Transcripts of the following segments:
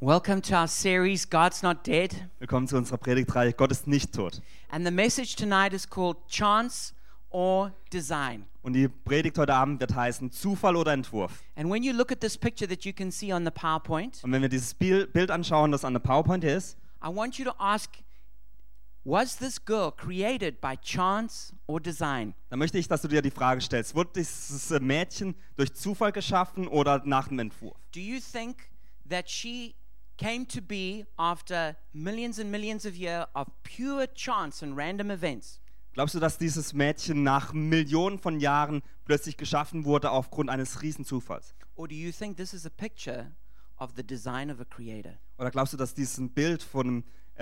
Welcome to our series, God's Not Dead. Willkommen zu unserer Predigtreihe Gott ist nicht tot. And the message tonight is called Chance or Design. Und die Predigt heute Abend wird heißen Zufall oder Entwurf. And when you look at this picture that you can see on the PowerPoint, Und wenn wir dieses Bild anschauen, das an der PowerPoint hier ist, I want you to ask, was this girl created by chance or design? dann möchte ich, dass du dir die Frage stellst, wurde dieses Mädchen durch Zufall geschaffen oder nach dem Entwurf? Do you think that she came to be after millions and millions of years of pure chance and random events? Glaubst du, dass dieses Mädchen nach Millionen von Jahren plötzlich geschaffen wurde aufgrund eines Riesenzufalls? Or do you think this is a picture of the design of a creator? Oder glaubst du, dass dies ein Bild von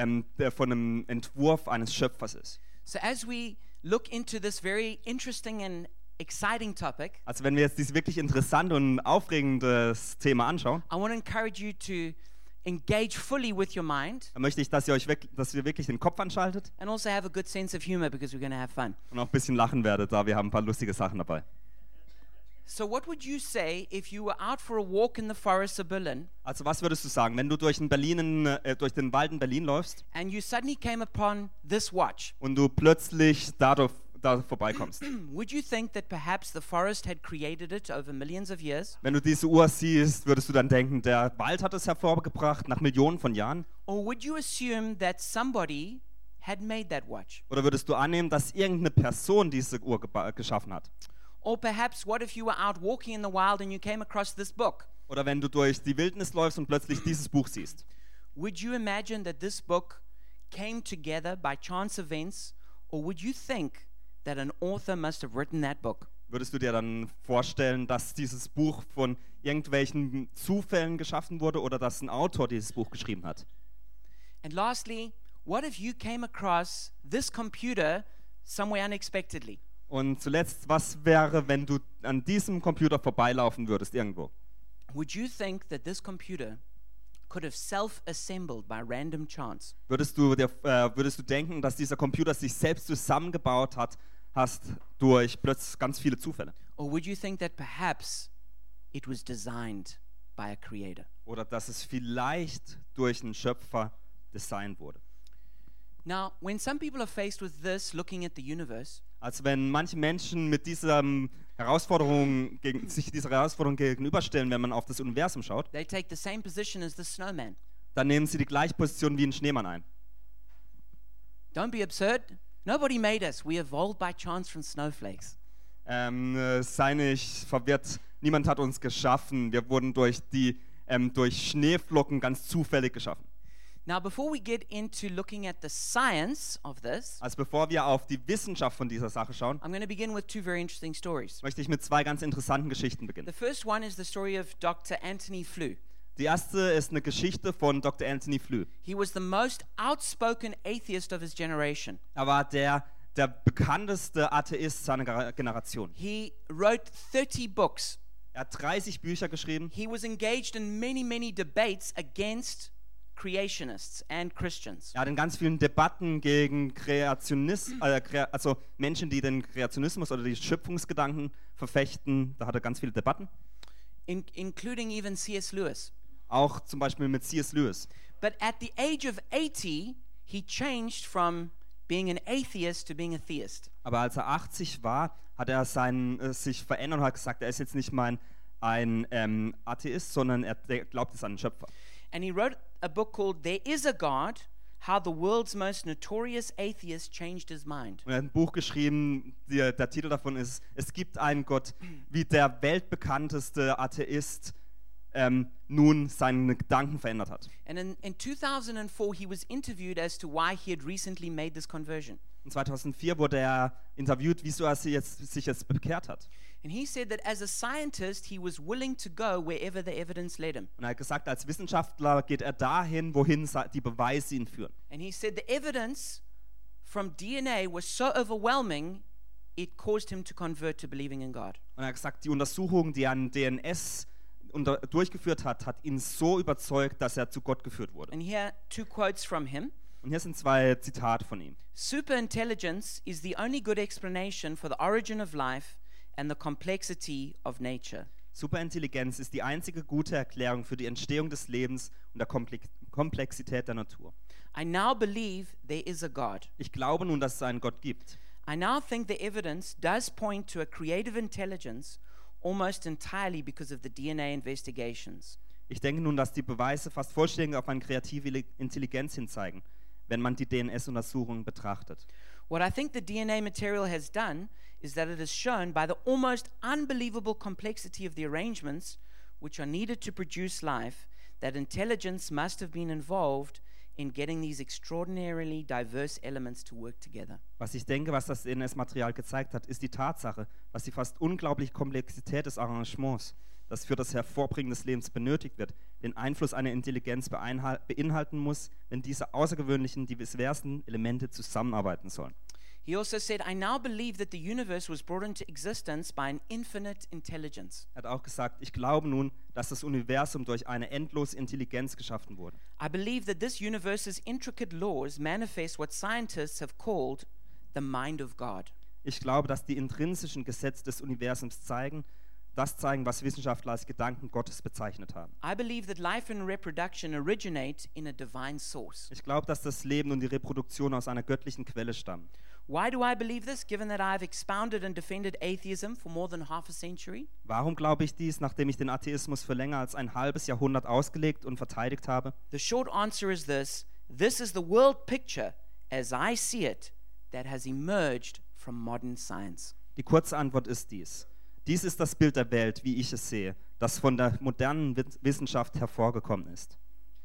einem Entwurf eines Schöpfers ist? So as we look into this very interesting and exciting topic, Also wenn wir jetzt dieses wirklich interessante und aufregendes Thema anschauen, I want to encourage you to engage fully with your mind dann möchte ich, dass ihr wirklich den Kopf anschaltet and also have a good sense of humor because we're going to have fun. und auch ein bisschen lachen werdet, da wir haben ein paar lustige Sachen dabei. So what would you say if you were out for a walk in the forest of Berlin Also was würdest du sagen, wenn du durch den Wald in Berlin läufst and you suddenly came upon this watch? und du plötzlich da vorbeikommst? Would you think that perhaps the forest had created it over millions of years? Wenn du diese Uhr siehst, würdest du dann denken, der Wald hat es hervorgebracht nach Millionen von Jahren? Or would you assume that somebody had made that watch? Oder würdest du annehmen, dass irgendeine Person diese Uhr geschaffen hat? Or perhaps what if you were out walking in the wild and you came across this book? Oder wenn du durch die Wildnis läufst und plötzlich dieses Buch siehst? Would you imagine that this book came together by chance events, or would you think that an author must have written that book? Würdest du dir dann vorstellen, dass dieses Buch von irgendwelchen Zufällen geschaffen wurde oder dass ein Autor dieses Buch geschrieben hat? And lastly, what if you came across this computer somewhere unexpectedly? Und zuletzt, was wäre, wenn du an diesem Computer vorbeilaufen würdest irgendwo? Would you think that this computer could have self-assembled by random chance? Würdest du denken, dass dieser Computer sich selbst zusammengebaut hast durch plötzlich ganz viele Zufälle? Or would you think that perhaps it was designed by a creator? Oder dass es vielleicht durch einen Schöpfer designt wurde? Now, when some people are faced with this, looking at the universe, Also wenn manche Menschen mit sich dieser Herausforderung gegenüberstellen, wenn man auf das Universum schaut, they take the same position as the snowman. dann nehmen sie die gleiche Position wie ein Schneemann ein. Don't be absurd. Nobody made us. We evolved by chance from snowflakes. Sei nicht verwirrt, niemand hat uns geschaffen. Wir wurden durch Schneeflocken ganz zufällig geschaffen. Now, before we get into looking at the science of this, Also bevor wir auf die Wissenschaft von dieser Sache schauen, I'm going to begin with two very interesting stories. möchte ich mit zwei ganz interessanten Geschichten beginnen. The first one is the story of Dr. Anthony Flew. Die erste ist eine Geschichte von Dr. Anthony Flew. He was the most outspoken atheist of his generation. Er war der bekannteste Atheist seiner Generation. He wrote 30 books. Er hat 30 Bücher geschrieben. He was engaged in many, many debates against creationists and Christians. Er hat in ganz vielen Debatten gegen also Menschen, die den Kreationismus oder die Schöpfungsgedanken verfechten, da hat er ganz viele Debatten. Including even C.S. Lewis. Auch zum Beispiel mit C.S. Lewis. But at the age of 80, he changed from being an atheist to being a theist. Aber als er 80 war, hat er sich verändert und hat gesagt, er ist jetzt nicht mehr ein Atheist, sondern er glaubt jetzt an den Schöpfer. And he wrote a book called There Is a God, How the World's Most Notorious Atheist Changed His Mind. Und er hat ein Buch geschrieben, der Titel davon ist, es gibt einen Gott, wie der weltbekannteste Atheist nun seine Gedanken verändert hat. And in 2004, he was interviewed as to why he had recently made this conversion. In 2004 wurde er interviewt, wieso er sich jetzt bekehrt hat. And he said that as a scientist, he was willing to go wherever the evidence led him. Und er hat gesagt, als Wissenschaftler geht er dahin, wohin die Beweise ihn führen. And he said the evidence from DNA was so overwhelming, it caused him to convert to believing in God. Und er hat gesagt, die Untersuchung, die er an DNS durchgeführt hat, hat ihn so überzeugt, dass er zu Gott geführt wurde. And here, two quotes from him. Und hier sind zwei Zitate von ihm. Superintelligence is the only good explanation for the origin of life and the complexity of nature. Superintelligenz ist die einzige gute Erklärung für die Entstehung des Lebens und der Komplexität der Natur. I now believe there is a God. Ich glaube nun, dass es einen Gott gibt. I now think the evidence does point to a creative intelligence almost entirely because of the DNA investigations. Ich denke nun, dass die Beweise fast vollständig auf eine kreative Intelligenz hinzeigen, wenn man die DNS-Untersuchungen betrachtet. What I think the DNA material has done is that it has shown by the almost unbelievable complexity of the arrangements which are needed to produce life that intelligence must have been involved in getting these extraordinarily diverse elements to work together. Was ich denke, was das DNS-Material gezeigt hat, ist die Tatsache, was die fast unglaubliche Komplexität des Arrangements, das für das Hervorbringen des Lebens benötigt wird, den Einfluss einer Intelligenz beinhalten muss, wenn diese außergewöhnlichen, diversen Elemente zusammenarbeiten sollen. He also said, I now believe that the universe was brought into existence by an infinite intelligence. Er hat auch gesagt, ich glaube nun, dass das Universum durch eine endlose Intelligenz geschaffen wurde. I believe that this universe's intricate laws manifest what scientists have called the mind of God. Ich glaube, dass die intrinsischen Gesetze des Universums zeigen, was Wissenschaftler als Gedanken Gottes bezeichnet haben. I believe that life and reproduction originate in a divine source. Ich glaube, dass das Leben und die Reproduktion aus einer göttlichen Quelle stammen. Why do I believe this, given that I've expounded and defended atheism for more than half a century? Warum glaube ich dies, nachdem ich den Atheismus für länger als ein halbes Jahrhundert ausgelegt und verteidigt habe? The short answer is this: this is the world picture, as I see it, that has emerged from modern science. Die kurze Antwort ist dies. Dies ist das Bild der Welt, wie ich es sehe, das von der modernen Wissenschaft hervorgekommen ist.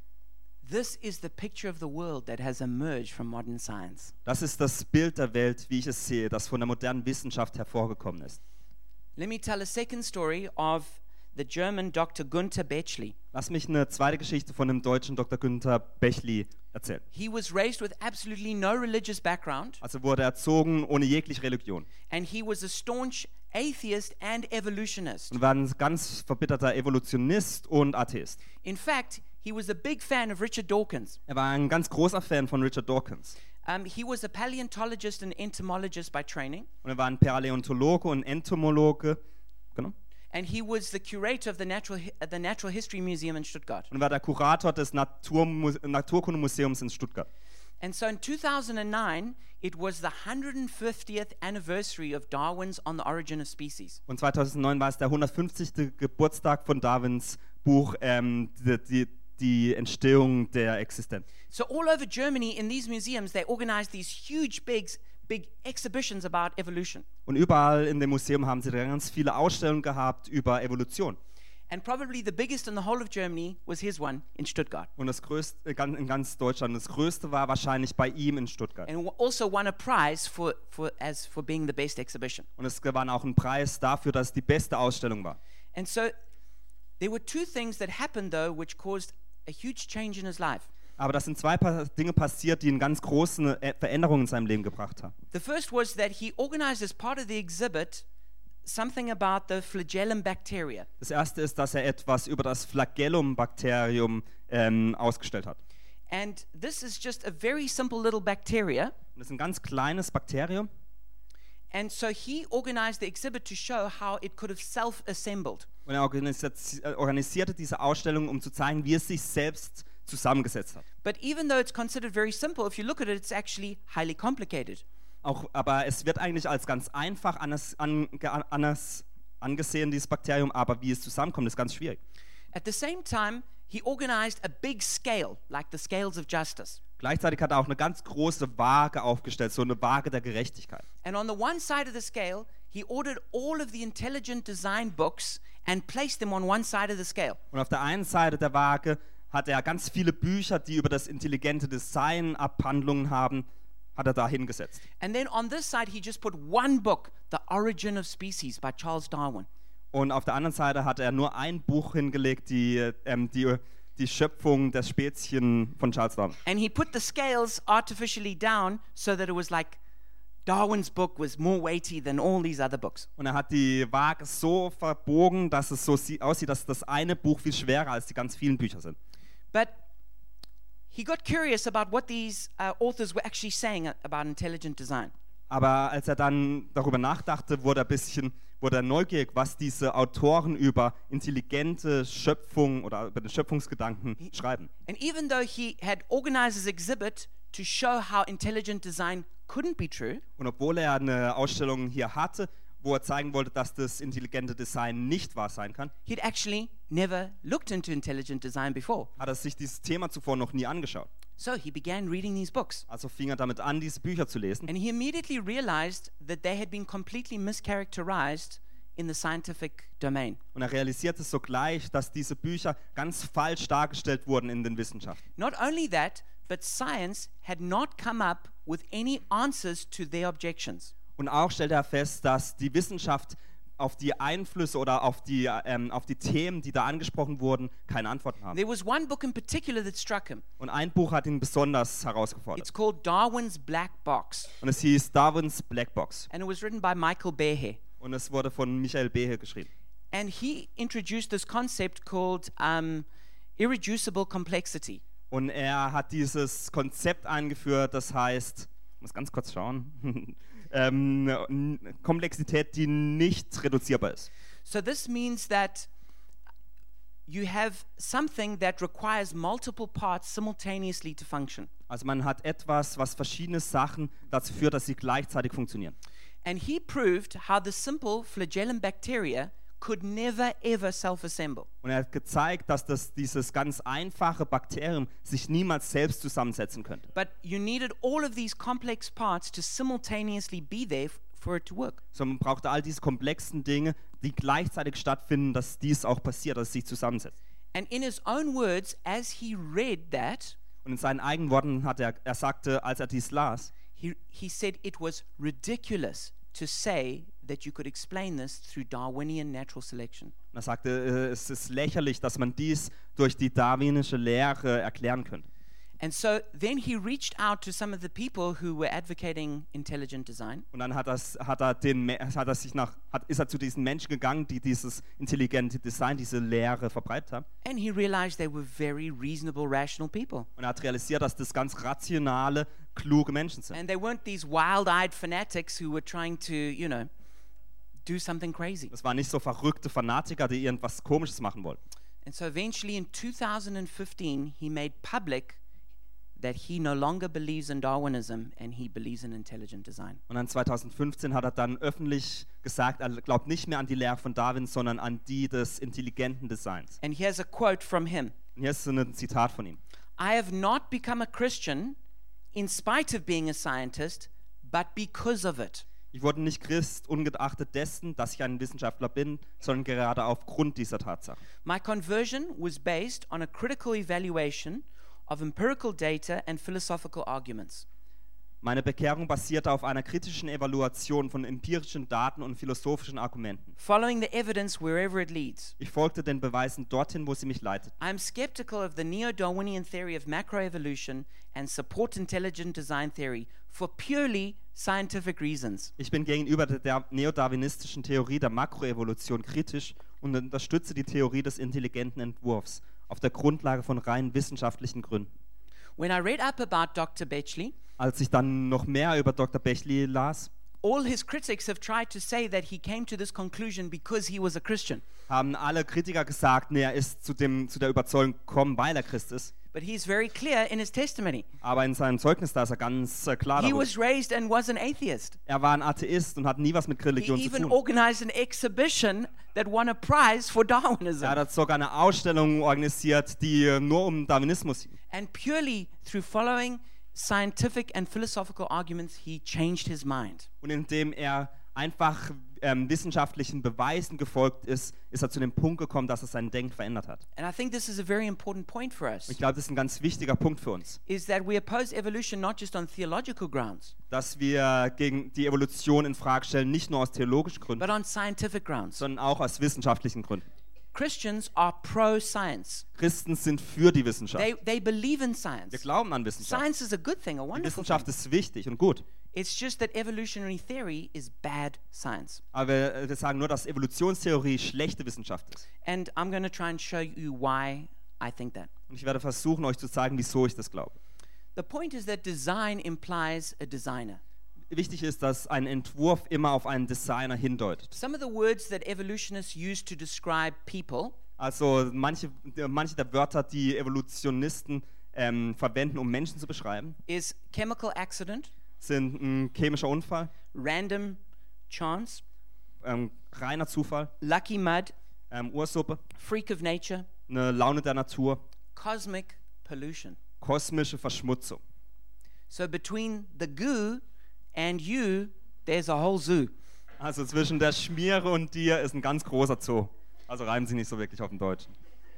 This is the picture of the world that has emerged from modern science. Das ist das Bild der Welt, wie ich es sehe, das von der modernen Wissenschaft hervorgekommen ist. Let me tell a second story of the German Dr. Günther Bechley. Lass mich eine zweite Geschichte von dem deutschen Dr. Günther Bechley erzählen. He was raised with absolutely no religious background, Also wurde er erzogen ohne jegliche Religion and he was a staunch atheist and evolutionist. und war ein ganz verbitterter Evolutionist und Atheist. In fact, he was a big fan of Richard Dawkins. Er war ein ganz großer Fan von Richard Dawkins. He was a paleontologist and entomologist by training, Und er war ein Paläontologe und Entomologe. Genau. and he was the curator of the Natural History Museum in Stuttgart. Und er war der Kurator des Naturkundemuseums in Stuttgart. And so in 2009, it was the 150th anniversary of Darwin's On the Origin of Species. Und 2009 war es der 150. Geburtstag von Darwins Buch die Entstehung der Existenz. So all over Germany in these museums, they organized these huge, big exhibitions about evolution. Und überall in dem Museum haben sie ganz viele Ausstellungen gehabt über Evolution. And probably the biggest in the whole of Germany was his one in Stuttgart. Und das größte in ganz Deutschland, das größte war wahrscheinlich bei ihm in Stuttgart. And also won a prize for being the best exhibition. Und es gewann auch einen Preis dafür, dass es die beste Ausstellung war. And so there were two things that happened though which caused a huge change in his life. Aber das sind zwei Dinge passiert, die eine ganz große Veränderung in seinem Leben gebracht haben. The first was that he organized as part of the exhibit something about the flagellum bacteria. Das erste ist, dass er etwas über das Flagellum-Bakterium ausgestellt hat. And this is just a very simple little bacteria. Und das ist ein ganz kleines Bakterium. And so he organized the exhibit to show how it could have self-assembled. Und er organisierte diese Ausstellung, um zu zeigen, wie es sich selbst zusammengesetzt hat. But even though it's considered very simple, if you look at it, it's actually highly complicated. Aber es wird eigentlich als ganz einfach anders angesehen, dieses Bakterium, aber wie es zusammenkommt, ist ganz schwierig. At the same time, he organized a big scale, like the scales of justice. Gleichzeitig hat er auch eine ganz große Waage aufgestellt, so eine Waage der Gerechtigkeit. And on the one side of the scale, he ordered all of the intelligent design books and placed them on one side of the scale. Und auf der einen Seite der Waage hat er ganz viele Bücher, die über das intelligente Design Abhandlungen haben, hat er da hingesetzt. And then on this side, he just put one book, The Origin of Species by Charles Darwin. Und auf der anderen Seite hat er nur ein Buch hingelegt, die Schöpfung der Spezien von Charles Darwin. And he put the scales artificially down so that it was like Darwin's book was more weighty than all these other books. Und er hat die Waage so verbogen, dass es so aussieht, dass das eine Buch viel schwerer als die ganz vielen Bücher sind. But he got curious about what these authors were actually saying about intelligent design. Aber als er dann darüber nachdachte, wurde er ein bisschen wurde er neugierig, was diese Autoren über intelligente Schöpfung oder über den Schöpfungsgedanken schreiben. And even though he had organized his exhibit to show how intelligent design couldn't be true, Und obwohl er eine Ausstellung hier hatte, wo er zeigen wollte, dass das intelligente Design nicht wahr sein kann, he'd actually never looked into intelligent design before. hat er sich dieses Thema zuvor noch nie angeschaut. So he began reading these books. Also fing er damit an, diese Bücher zu lesen. And he immediately realized that they had been completely mischaracterized in the scientific domain. Und er realisierte sogleich, dass diese Bücher ganz falsch dargestellt wurden in den Wissenschaften. Not only that, but science had not come up with any answers to their objections. Und auch stellte er fest, dass die Wissenschaft auf die Einflüsse oder auf die Themen, die da angesprochen wurden, keine Antworten haben. There was one book in particular that struck him. Und ein Buch hat ihn besonders herausgefordert. It's called Darwin's Black Box, Und es hieß Darwins Black Box. and it was written by Michael Behe. Und es wurde von Michael Behe geschrieben. And he introduced this concept called irreducible complexity. Und er hat dieses Konzept eingeführt, das heißt, ich muss ganz kurz schauen, Komplexität, die nicht reduzierbar ist. So this means that you have something that requires multiple parts simultaneously to function. Also man hat etwas, was verschiedene Sachen dazu führt, dass sie gleichzeitig funktionieren. And he proved how the simple flagellum bacteria could never ever self-assemble. Und er hat gezeigt, dass dieses ganz einfache Bakterium sich niemals selbst zusammensetzen könnte. But you needed all of these complex parts to simultaneously be there for it to work. So man brauchte all diese komplexen Dinge, die gleichzeitig stattfinden, dass dies auch passiert, dass es sich zusammensetzt. And in his own words, as he read that, Und in seinen eigenen Worten hat er sagte, als er dies las, he said it was ridiculous to say that you could explain this through Darwinian natural selection. und er sagte, es ist lächerlich, dass man dies durch die darwinische Lehre erklären könnte. And so then he reached out to some of the people who were advocating intelligent design. Und dann ist er zu diesen Menschen gegangen, die dieses intelligente Design, diese Lehre verbreitet haben. And he realized they were very reasonable, rational people. Und er hat realisiert, dass das ganz rationale, kluge Menschen sind. And they weren't these wild-eyed fanatics who were trying to, do something crazy. Das waren nicht so verrückte Fanatiker, die irgendwas Komisches machen wollten. And so eventually in 2015, he made public that he no longer believes in Darwinism and he believes in intelligent design. Und dann 2015 hat er dann öffentlich gesagt, er glaubt nicht mehr an die Lehre von Darwin, sondern an die des intelligenten Designs. And here's a quote from him. Und hier ist so ein Zitat von ihm. I have not become a Christian in spite of being a scientist, but because of it. Ich wurde nicht Christ, ungeachtet dessen, dass ich ein Wissenschaftler bin, sondern gerade aufgrund dieser Tatsache. My conversion was based on a critical evaluation of empirical data and philosophical arguments. Meine Bekehrung basierte auf einer kritischen Evaluation von empirischen Daten und philosophischen Argumenten. Following the evidence wherever it leads. Ich folgte den Beweisen dorthin, wo sie mich leiteten. I am skeptical of the neo-Darwinian theory of macroevolution and support intelligent design theory for purely scientific reasons. Ich bin gegenüber der neodarwinistischen Theorie der Makroevolution kritisch und unterstütze die Theorie des intelligenten Entwurfs auf der Grundlage von rein wissenschaftlichen Gründen. When I read up about Dr. Bechley, Als ich dann noch mehr über Dr. Bechley las, all his critics have tried to say that he came to this conclusion because he was a Christian. haben alle Kritiker gesagt, nee, er ist zu der Überzeugung gekommen, weil er Christ ist. But he's very clear in his testimony. Aber in seinem Zeugnis da ist er ganz klar He darüber. was raised and was an atheist. Er war ein Atheist und hat nie was mit He Religion zu even tun. organized an exhibition that won a prize for Darwinism. Er hat sogar eine Ausstellung organisiert, die nur um Darwinismus ging. And purely through following scientific and philosophical arguments, he changed his mind. Und indem er einfach wissenschaftlichen Beweisen gefolgt ist, ist er zu dem Punkt gekommen, dass er sein Denken verändert hat. And I think this is a very important point for us, Und ich glaube, das ist ein ganz wichtiger Punkt für uns, is that we oppose evolution not just on theological grounds, dass wir gegen die Evolution in Frage stellen, nicht nur aus theologischen but Gründen, on scientific grounds. sondern auch aus wissenschaftlichen Gründen. Christians are pro-science. Christen sind für die Wissenschaft. They believe in Wir science. glauben an Wissenschaft. Science is a good thing, a Die wonderful Wissenschaft thing. ist wichtig und gut. It's just that evolutionary theory is bad science. Aber wir sagen nur, dass Evolutionstheorie schlechte Wissenschaft ist. And I'm going to try and show you why I think that. Und ich werde versuchen, euch zu zeigen, wieso ich das glaube. The point is that design implies a designer. wichtig ist, dass ein Entwurf immer auf einen Designer hindeutet. Some of the words that evolutionists use to describe people Also manche der Wörter, die Evolutionisten verwenden, um Menschen zu beschreiben, is chemical accident, sind ein chemischer Unfall, random chance, reiner Zufall, lucky mud, Ursuppe, freak of nature, eine Laune der Natur, cosmic pollution. kosmische Verschmutzung. So between the goo and you, there's a whole zoo. Also zwischen der Schmiere und dir ist ein ganz großer Zoo. Also reimen sie nicht so wirklich auf den Deutschen.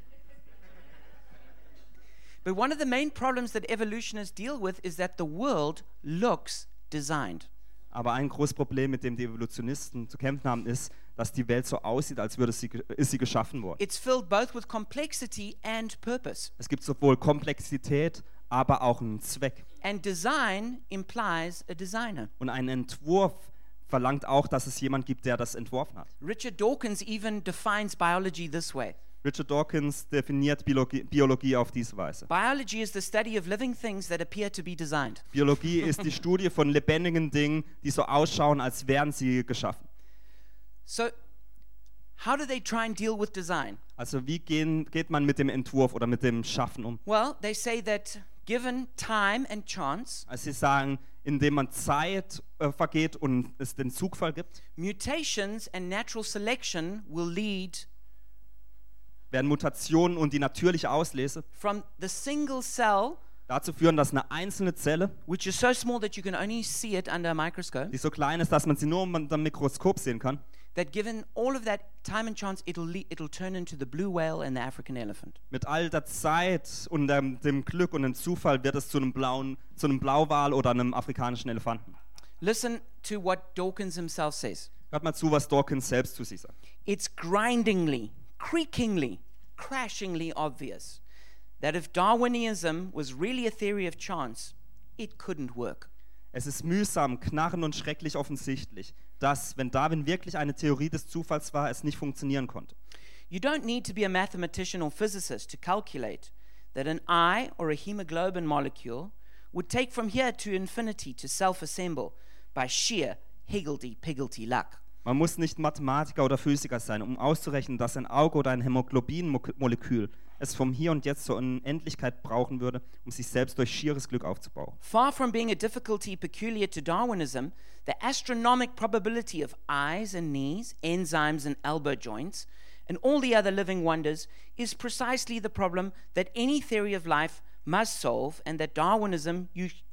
But one of the main problems that evolutionists deal with is that the world looks designed. Aber ein großes Problem, mit dem die Evolutionisten zu kämpfen haben, ist, dass die Welt so aussieht, als ist sie geschaffen worden. It's filled both with complexity and purpose. Es gibt sowohl Komplexität, aber auch einen Zweck. And design implies a designer. Und ein Entwurf verlangt auch, dass es jemand gibt, der das entworfen hat. Richard Dawkins even defines biology this way. Richard Dawkins definiert Biologie auf diese Weise. Biology is the study of living things that appear to be designed. Biologie ist die Studie von lebendigen Dingen, die so ausschauen, als wären sie geschaffen. So, how do they try and deal with design? Also wie geht man mit dem Entwurf oder mit dem Schaffen um? Well, they say that given time and chance, Also sie sagen, indem man Zeit vergeht und es den Zufall gibt, mutations and natural selection will lead werden Mutationen und die natürliche Auslese from the single cell, dazu führen, dass eine einzelne Zelle, which is so small that you can only see it under a microscope, die so klein ist, dass man sie nur unter dem Mikroskop sehen kann, that given all of that time and chance, it'll turn into the blue whale and the African elephant. mit all der Zeit und dem Glück und dem Zufall wird es zu einem Blauwal oder einem afrikanischen Elefanten. Listen to what Dawkins himself says. Hört mal zu, was Dawkins selbst zu sich sagt. It's grindingly, creakingly, crashingly obvious that if Darwinism was really a theory of chance, it couldn't work. Es ist mühsam, knarrend und schrecklich offensichtlich, dass, wenn Darwin wirklich eine Theorie des Zufalls war, es nicht funktionieren konnte. You don't need to be a mathematician or physicist to calculate that an eye or a hemoglobin molecule would take from here to infinity to self-assemble by sheer higgledy-piggledy luck. Man muss nicht Mathematiker oder Physiker sein, um auszurechnen, dass ein Auge oder ein Hämoglobin-Molekül es vom Hier und Jetzt zur Unendlichkeit brauchen würde, um sich selbst durch schieres Glück aufzubauen. Far from being a difficulty peculiar to Darwinism, the astronomic probability of eyes and knees, enzymes and elbow joints, and all the other living wonders is precisely the problem that any theory of life must solve and that Darwinism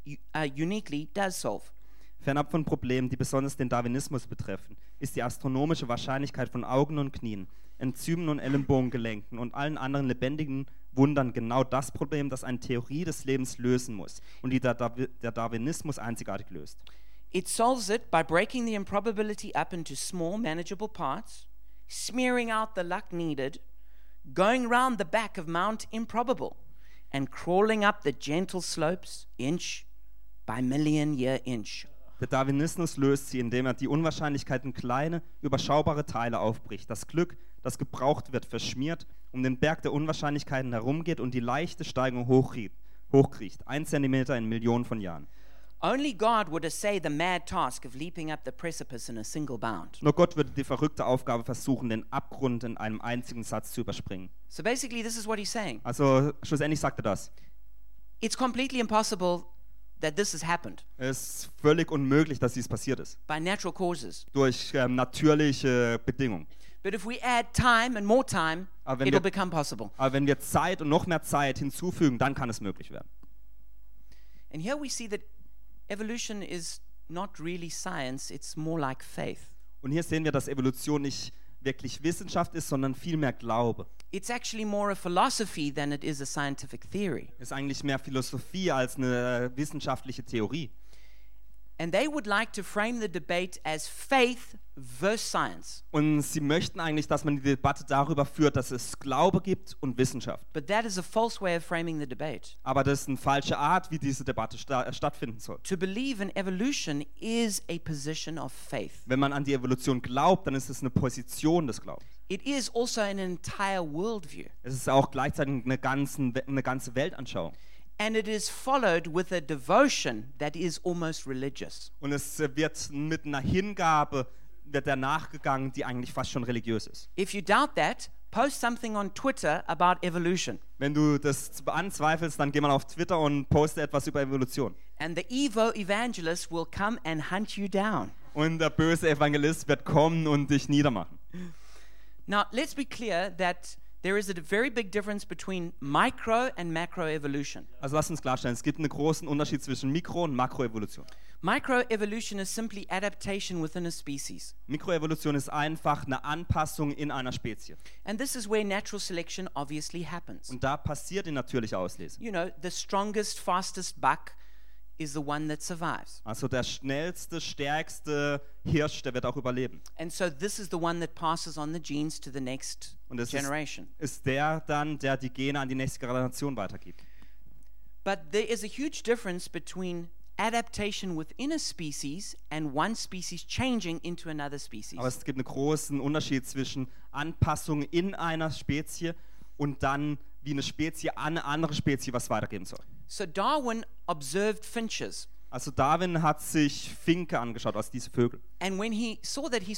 uniquely does solve. Fernab von Problemen, die besonders den Darwinismus betreffen, ist die astronomische Wahrscheinlichkeit von Augen und Knien, Enzymen und Ellenbogengelenken und allen anderen lebendigen Wundern genau das Problem, das eine Theorie des Lebens lösen muss und die der Darwinismus einzigartig löst. It solves it by breaking the improbability up into small, manageable parts, smearing out the luck needed, going round the back of Mount Improbable, and crawling up the gentle slopes inch by million-year inch. Der Darwinismus löst sie, indem er die Unwahrscheinlichkeit in kleine, überschaubare Teile aufbricht, das Glück, das gebraucht wird, verschmiert, um den Berg der Unwahrscheinlichkeiten herumgeht und die leichte Steigung hochkriecht, 1 Zentimeter in Millionen von Jahren. Only God would essay the mad task of leaping up the precipice in a single bound. Nur Gott würde die verrückte Aufgabe versuchen, den Abgrund in einem einzigen Satz zu überspringen. So basically, this is what he's saying. Also schlussendlich sagt er das. It's completely impossible that this has happened Es ist völlig unmöglich, dass dies passiert ist. by natural causes. Durch natürliche Bedingungen. But if we add time and more time, Aber wenn it'll wir- become possible. Aber wenn wir Zeit und noch mehr Zeit hinzufügen, dann kann es möglich werden. And here we see that evolution is not really science, it's more like faith. Und hier sehen wir, dass Evolution nicht wirklich Wissenschaft ist, sondern vielmehr Glaube. It's actually more a philosophy than it is a scientific theory. Es ist eigentlich mehr Philosophie als eine wissenschaftliche Theorie. And they would like to frame the debate as faith versus science. Und sie möchten eigentlich, dass man die Debatte darüber führt, dass es Glaube gibt und Wissenschaft. But that is a false way of framing the debate. Aber das ist eine falsche Art, wie diese Debatte stattfinden soll. To believe in evolution is a position of faith. Wenn man an die Evolution glaubt, dann ist es eine Position des Glaubens. It is also an entire worldview. Es ist auch gleichzeitig eine ganze Weltanschauung. and it is followed with a devotion that is almost religious. Und es wird mit einer Hingabe wird der nachgegangen, die eigentlich fast schon religiös ist. If you doubt that, post something on Twitter about evolution. Wenn du das anzweifelst, dann geh mal auf Twitter und poste etwas über Evolution. And the Evo evangelist will come and hunt you down. Und der böse Evangelist wird kommen und dich niedermachen. Now, let's be clear that there is a very big difference between micro and macroevolution. Also lass uns klarstellen, es gibt einen großen Unterschied zwischen Mikro- und Makroevolution. Microevolution is simply adaptation within a species. Mikroevolution ist einfach eine Anpassung in einer Spezies. And this is where natural selection obviously happens. Und da passiert die natürliche Auslese. You know, the strongest, fastest buck is the one that survives. Also der schnellste, stärkste Hirsch, der wird auch überleben. And so this is the one that passes on the genes to the next Und es generation. ist der dann, der die Gene an die nächste Generation weitergibt. But there is a huge difference between adaptation within a species and one species changing into another species. Aber es gibt einen großen Unterschied zwischen Anpassung in einer Spezie und dann wie eine Spezie an eine andere Spezie was weitergeben soll. So Darwin observed finches, Also Darwin hat sich Finke angeschaut, also diese Vögel. and when he saw that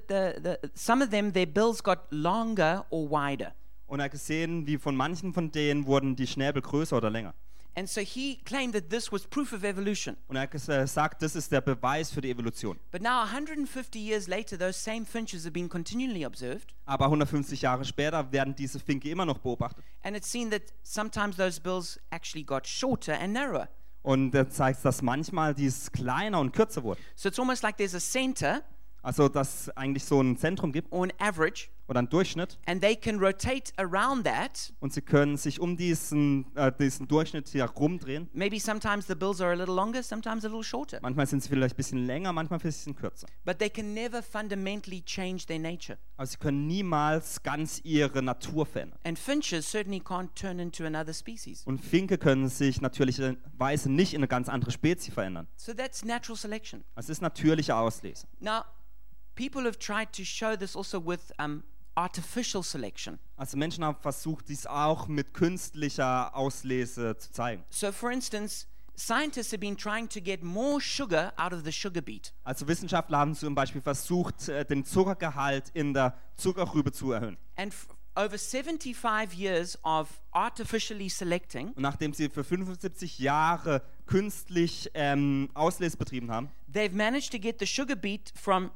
some of them, their bills got longer or wider. Und er hat gesehen, wie von manchen von denen wurden die Schnäbel größer oder länger. And so he claimed that this was proof of evolution. Und er hat gesagt, das ist der Beweis für die Evolution. But now 150 years later, those same finches have been continually observed, Aber 150 Jahre später werden diese Finke immer noch beobachtet. and it's seen that sometimes those bills actually got shorter and narrower. Und er zeigt, dass manchmal dies kleiner und kürzer wurde. So it's almost like there's a center Also dass es eigentlich so ein Zentrum gibt or an average, oder einen Durchschnitt. and they can rotate around that. Und sie können sich um diesen Durchschnitt hier rumdrehen. Maybe sometimes the bills are a little longer, sometimes a little shorter. Manchmal sind sie vielleicht ein bisschen länger, manchmal ein bisschen kürzer. But they can never fundamentally change their nature. Aber sie können niemals ganz ihre Natur verändern. And finches certainly can't turn into another species. Und Finke können sich natürlicherweise nicht in eine ganz andere Spezie verändern. So that's natural selection. Das ist natürliche Auslese. Now, people have tried to show this also with artificial selection. Also Menschen haben versucht, dies auch mit künstlicher Auslese zu zeigen. So, for instance, scientists have been trying to get more sugar out of the sugar beet. Also Wissenschaftler haben zum Beispiel versucht, den Zuckergehalt in der Zuckerrübe zu erhöhen. And over 75 years of artificially selecting, Und nachdem sie für 75 Jahre künstlich Auslese betrieben haben, they've managed to get the sugar beet from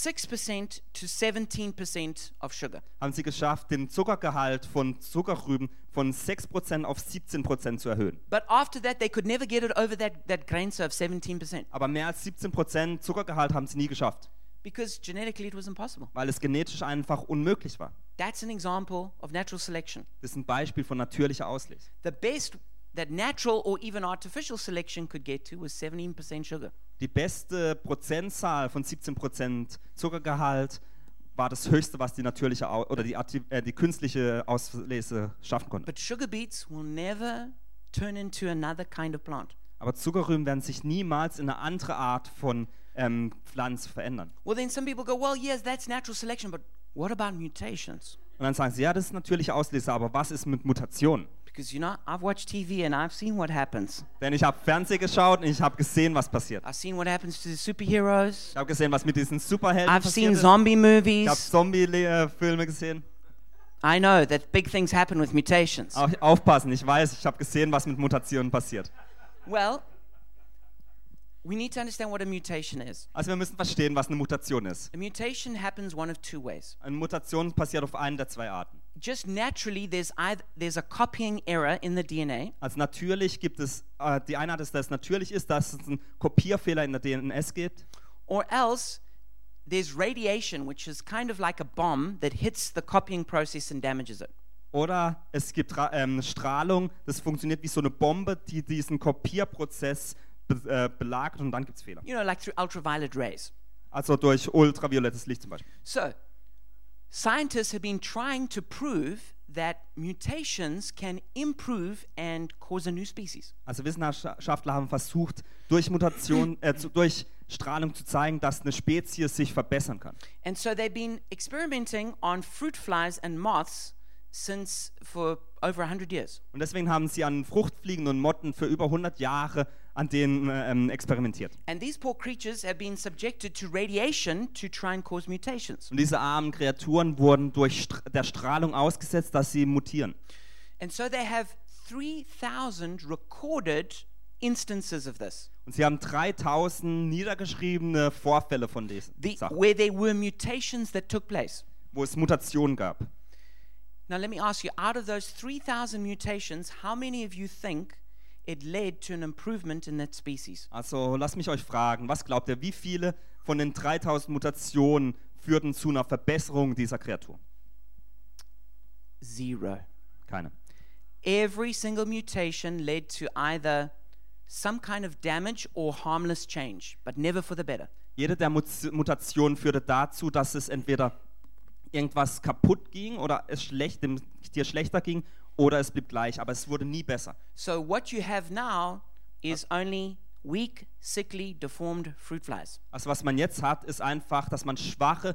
6% to 17% of sugar. haben sie geschafft, den Zuckergehalt von Zuckerrüben von 6% auf 17% zu erhöhen. But after that, they could never get it over that grenze of 17% Aber mehr als 17% Zuckergehalt haben sie nie geschafft, because genetically it was impossible. weil es genetisch einfach unmöglich war. That's an example of natural selection. Das ist ein Beispiel von natürlicher Auslese. The best that natural or even artificial selection could get to was 17% sugar. Die beste Prozentzahl von 17% Zuckergehalt war das höchste, was die natürliche oder die künstliche Auslese schaffen konnte. But sugar beets will never turn into another kind of plant. Aber Zuckerrüben werden sich niemals in eine andere Art von Pflanze verändern. Well, then some people go, well, yes, that's natural selection, but what about mutations? Und dann sagen sie, ja, das ist natürliche Auslese, aber was ist mit Mutationen? Because, you know, I've watched TV and I've seen what happens. Denn ich habe Fernsehen geschaut und ich habe gesehen, was passiert. I've seen what happens to the superheroes. Ich habe gesehen, was mit diesen Superhelden I've passiert seen ist. zombie Ich habe movies. Zombie-Filme gesehen. I know that big things happen with mutations. Aufpassen, ich weiß, ich habe gesehen, was mit Mutationen passiert. Well, we need to understand what a mutation is. Also wir müssen verstehen, was eine Mutation ist. A mutation happens one of two ways. Eine Mutation passiert auf einen der zwei Arten. Just naturally, there's a copying error in the DNA, Also natürlich gibt es, die eine Art ist, dass es natürlich ist, dass es einen Kopierfehler in der DNS gibt. or else there's radiation, which is kind of like a bomb that hits the copying process and damages it. Oder es gibt Strahlung, das funktioniert wie so eine Bombe, die diesen Kopierprozess belagert und dann gibt es Fehler. You know, like through ultraviolet rays. Also durch ultraviolettes Licht zum Beispiel. So, scientists have been trying to prove that mutations can improve and cause a new species. Also Wissenschaftler haben versucht, durch Mutation, durch Strahlung zu zeigen, dass eine Spezies sich verbessern kann. And so they've been experimenting on fruit flies and moths for over 100 years. Und deswegen haben sie an Fruchtfliegen und Motten für über 100 Jahre an denen experimentiert. And these poor creatures have been subjected to radiation to try and cause mutations. Und diese armen Kreaturen wurden durch der Strahlung ausgesetzt, dass sie mutieren. And so they have 3,000 recorded instances of this, Und sie haben 3000 niedergeschriebene Vorfälle von diesen Sachen, where there were mutations that took place. wo es Mutationen gab. Now let me ask you, out of those 3,000 mutations, how many of you think it led to an improvement in that species? Also lasst mich euch fragen, was glaubt ihr, wie viele von den 3000 Mutationen führten zu einer Verbesserung dieser Kreatur? 0. Keine. Every single mutation led to either some kind of damage or harmless change, but never for the better. Jede der Mutationen führte dazu, dass es entweder irgendwas kaputt ging oder es dir schlechter ging oder es blieb gleich, aber es wurde nie besser. So what you have now is only weak, sickly, deformed fruit flies. Also was man jetzt hat, ist einfach, dass man schwache,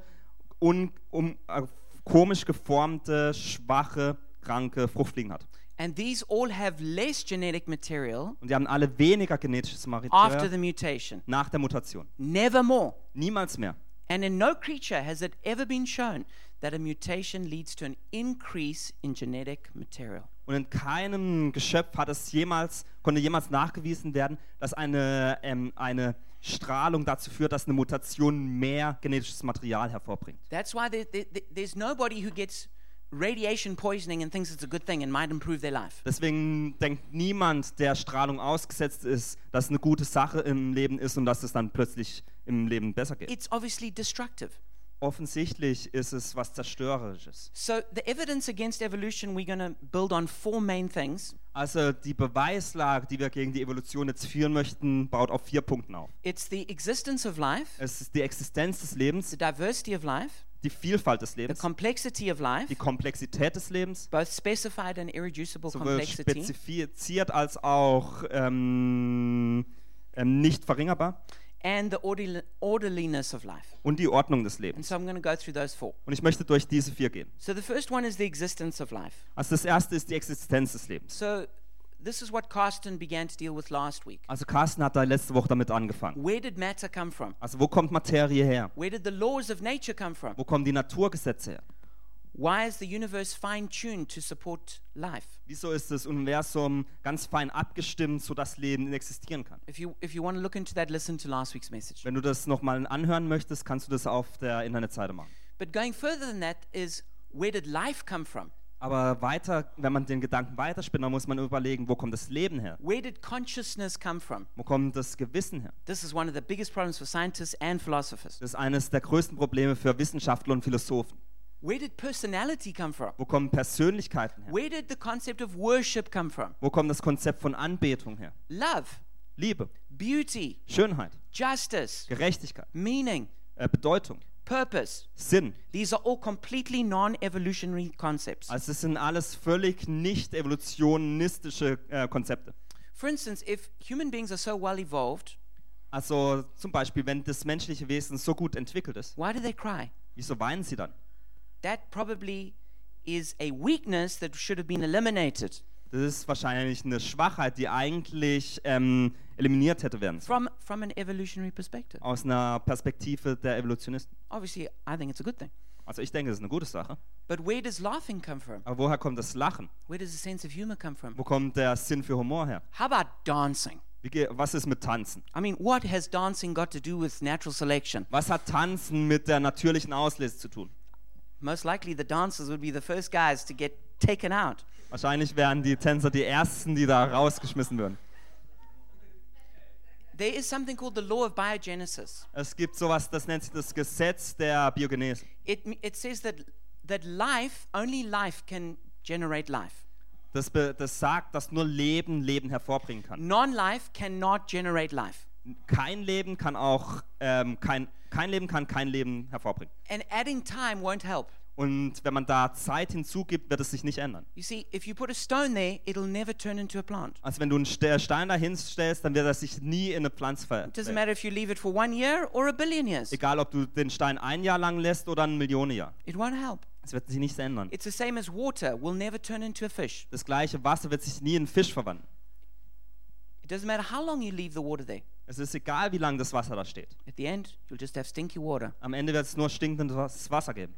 komisch geformte, schwache, kranke Fruchtfliegen hat. And these all have less genetic material Und die haben alle weniger genetisches after Material the mutation. nach der Mutation. Never more. Niemals mehr. And in no creature has it ever been shown that a mutation leads to an increase in genetic material. Und in keinem Geschöpf konnte jemals nachgewiesen werden, dass eine Strahlung dazu führt, dass eine Mutation mehr genetisches Material hervorbringt. That's why there's nobody who gets radiation poisoning and thinks it's a good thing and might improve their life. Deswegen denkt niemand, der Strahlung ausgesetzt ist, dass es eine gute Sache im Leben ist und dass es dann plötzlich im Leben besser geht. It's obviously destructive. Offensichtlich ist es was Zerstörerisches. So the evidence against evolution, we're going to build on 4 main things. Also die Beweislage, die wir gegen die Evolution jetzt führen möchten, baut auf 4 Punkten auf. It's the existence of life, Es ist die Existenz des Lebens, the diversity of life, die Vielfalt des the Lebens, complexity of life, die Komplexität des Lebens, both specified and irreducible sowohl complexity, spezifiziert als auch nicht verringerbar, and the orderliness of life. und die Ordnung des And Lebens. so I'm going to go through those 4. Und ich möchte durch diese 4 gehen. So the first one is the existence of life. Also das erste ist die Existenz des Lebens. So this is what Carsten began to deal with last week. Also Carsten hat da letzte Woche damit angefangen. Where did matter come from? Also wo kommt Materie her? Where did the laws of nature come from? Wo kommen die Naturgesetze her? Why is the universe fine-tuned to support life? Wieso ist das Universum ganz fein abgestimmt, sodass Leben existieren kann? If you want to look into that, listen to last week's message. Wenn du das nochmal anhören möchtest, kannst du das auf der Internetseite machen. But going further than that is, where did life come from? Aber weiter, wenn man den Gedanken weiterspinnt, dann muss man überlegen, wo kommt das Leben her? Where did consciousness come from? Wo kommt das Gewissen her? This is one of the biggest problems for scientists and philosophers. Das ist eines der größten Probleme für Wissenschaftler und Philosophen. Where did personality come from? Wo kommen Persönlichkeiten her? Where did the concept of worship come from? Wo kommt das Konzept von Anbetung her? Love, Liebe, beauty, Schönheit, justice, Gerechtigkeit, meaning, Bedeutung, purpose. Sinn. These are all completely non-evolutionary concepts. Also es sind alles völlig nicht evolutionistische Konzepte. For instance, if human beings are so well evolved, Also zum Beispiel, wenn das menschliche Wesen so gut entwickelt ist, why do they cry? wieso weinen sie dann? That probably is a weakness that should have been eliminated Das ist wahrscheinlich eine Schwachheit, die eigentlich eliminiert hätte werden sollen. from an evolutionary perspective. Aus einer Perspektive der Evolutionisten. Obviously, I think it's a good thing. Also ich denke, das ist eine gute Sache. But where does laughing come from? Aber woher kommt das Lachen? Where does the sense of humor come from? Wo kommt der Sinn für Humor her? How about dancing? Was ist mit Tanzen? I mean, what has dancing got to do with natural selection? Was hat Tanzen mit der natürlichen Auslese zu tun? Most likely the dancers would be the first guys to get taken out. Wahrscheinlich wären die Tänzer die Ersten, die da rausgeschmissen würden. There is something called the law of biogenesis. Es gibt sowas, das nennt sich das Gesetz der Biogenese. It says that only life can generate life. Das sagt, dass nur Leben Leben hervorbringen kann. Non-life cannot generate life. Kein Leben kann auch kein Leben kann kein Leben hervorbringen. And adding time won't help. Und wenn man da Zeit hinzugibt, wird es sich nicht ändern. You see, if you put a stone there, it'll never turn into a plant. Also wenn du einen Stein da hinstellst, dann wird er sich nie in eine Pflanze It doesn't verändern. matter if you leave it for 1 year or a billion years. Egal, ob du den Stein 1 Jahr lang lässt oder 1 Million Jahr. It won't help. Es wird sich nichts ändern. It's the same as water will never turn into a fish. Das gleiche Wasser wird sich nie in einen Fisch verwandeln. It doesn't matter how long you leave the water there. Es ist egal, wie lange das Wasser da steht. At the end, you'll just have stinky water. Am Ende wird es nur stinkendes Wasser geben.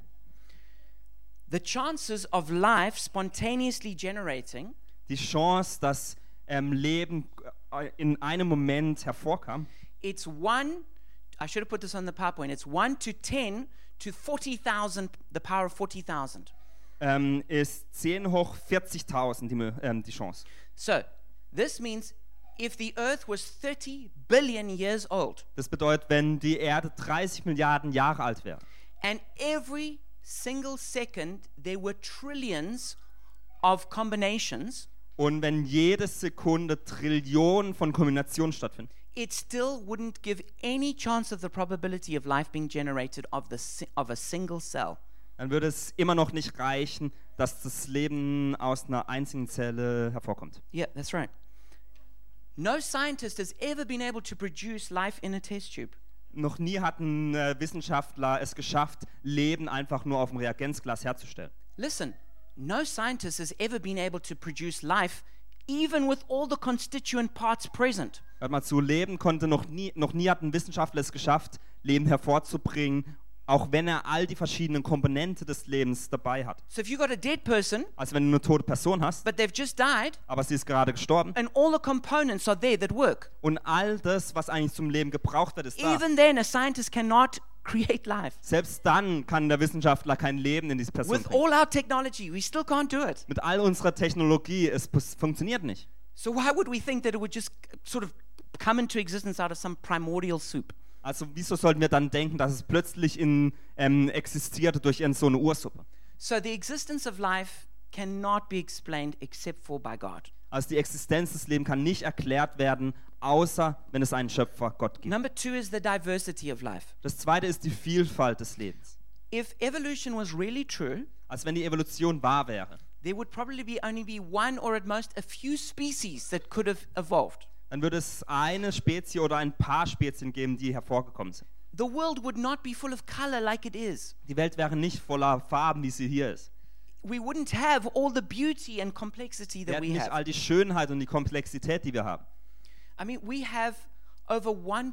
The chances of life spontaneously generating Die Chance, dass Leben in einem Moment hervorkam, it's 1, I should have put this on the PowerPoint, it's 1 to 10 to 40,000, the power of 40,000. ist 10 hoch 40.000 die Chance. So, this means if the earth was 30 billion years old, Das bedeutet, wenn die Erde 30 Milliarden Jahre alt wäre and every single second there were trillions of combinations, und wenn jede Sekunde Trillionen von Kombinationen stattfinden, it still wouldn't give any chance of the probability of life being generated of a single cell. dann würde es immer noch nicht reichen, dass das Leben aus einer einzigen Zelle hervorkommt. Yeah, that's right. No scientist has ever been able to produce life in a test tube. Noch nie hat ein Wissenschaftler es geschafft, Leben einfach nur auf dem Reagenzglas herzustellen. Listen, no scientist has ever been able to produce life even with all the constituent parts present. Hört mal zu, Leben konnte noch nie hat ein Wissenschaftler es geschafft, Leben hervorzubringen, auch wenn er all die verschiedenen Komponenten des Lebens dabei hat. So if you got a dead person, Also wenn du eine tote Person hast, but they've just died, aber sie ist gerade gestorben and all the components are there that work, und all das, was eigentlich zum Leben gebraucht wird, ist da. even then a scientist cannot create life. Selbst dann kann der Wissenschaftler kein Leben in diese Person With bringen. all our technology, we still can't do it. Mit all unserer Technologie, es funktioniert nicht. So why would we think that it would just sort of come into existence out of some primordial soup? Also wieso sollten wir dann denken, dass es plötzlich existierte durch so eine Ursuppe? So the existence of life cannot be explained except for by God. Also die Existenz des Lebens kann nicht erklärt werden, außer wenn es einen Schöpfer, Gott gibt. Number 2 is the diversity of life. Das zweite ist die Vielfalt des Lebens. If evolution was really true, Also wenn die Evolution wahr wäre, there would probably only be one or at most a few species that could have evolved. dann würde es eine Spezie oder ein paar Spezien geben, die hervorgekommen sind. The world would not be full of color like it is. Die Welt wäre nicht voller Farben, wie sie hier ist. We wouldn't have all the beauty and complexity Wir that hätten we nicht have. all die Schönheit und die Komplexität, die wir haben. I mean, we have over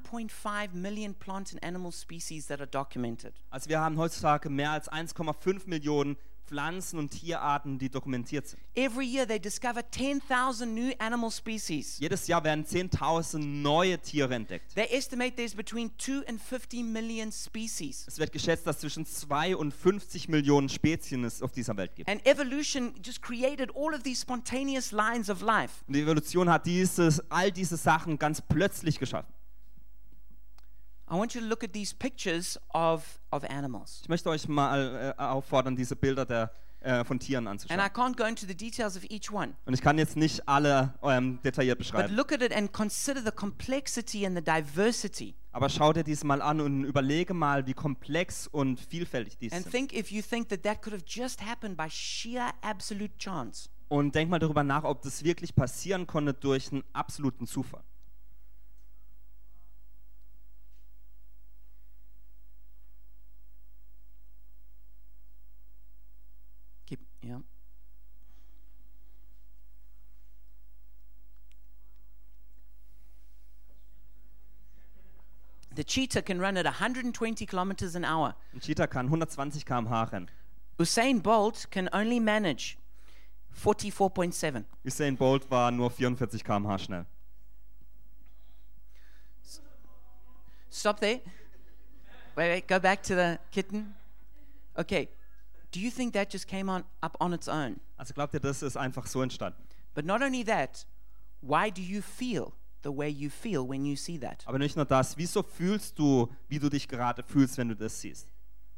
1.5 million plant and animal species that are documented. Also wir haben heutzutage mehr als 1,5 Millionen Pflanzen- und Tierarten, die dokumentiert sind. Every year they discover 10,000 new animal species. Jedes Jahr werden 10.000 neue Tiere entdeckt. They estimate there's between 2 and 50 million species. Es wird geschätzt, dass zwischen 2 und 50 Millionen Spezien es auf dieser Welt gibt. And evolution just created all of these spontaneous lines of life. Und die Evolution hat all diese Sachen ganz plötzlich geschaffen. I want you to look at these pictures of animals. Ich möchte euch mal auffordern, diese Bilder von Tieren And I anzuschauen. can't go into the details of each one. Und ich kann jetzt nicht alle detailliert But beschreiben. look at it and consider the complexity and the diversity. Aber schau dir dies mal an und überlege mal, wie komplex und vielfältig dies And sind. think if you think that could have just happened by sheer absolute chance. Und denk mal darüber nach, ob das wirklich passieren konnte durch einen absoluten Zufall. Yeah. The cheetah can run at 120 kilometers an hour. Ein Cheetah kann 120 km/h rennen. Usain Bolt can only manage 44.7. Usain Bolt war nur 44 km/h schnell. Stop there. Wait, go back to the kitten. Okay. Do you think that just came up on its own? Also glaubt ihr, das ist einfach so entstanden? But not only that, why do you feel the way you feel when you see that? Aber nicht nur das, wieso fühlst du, wie du dich gerade fühlst, wenn du das siehst?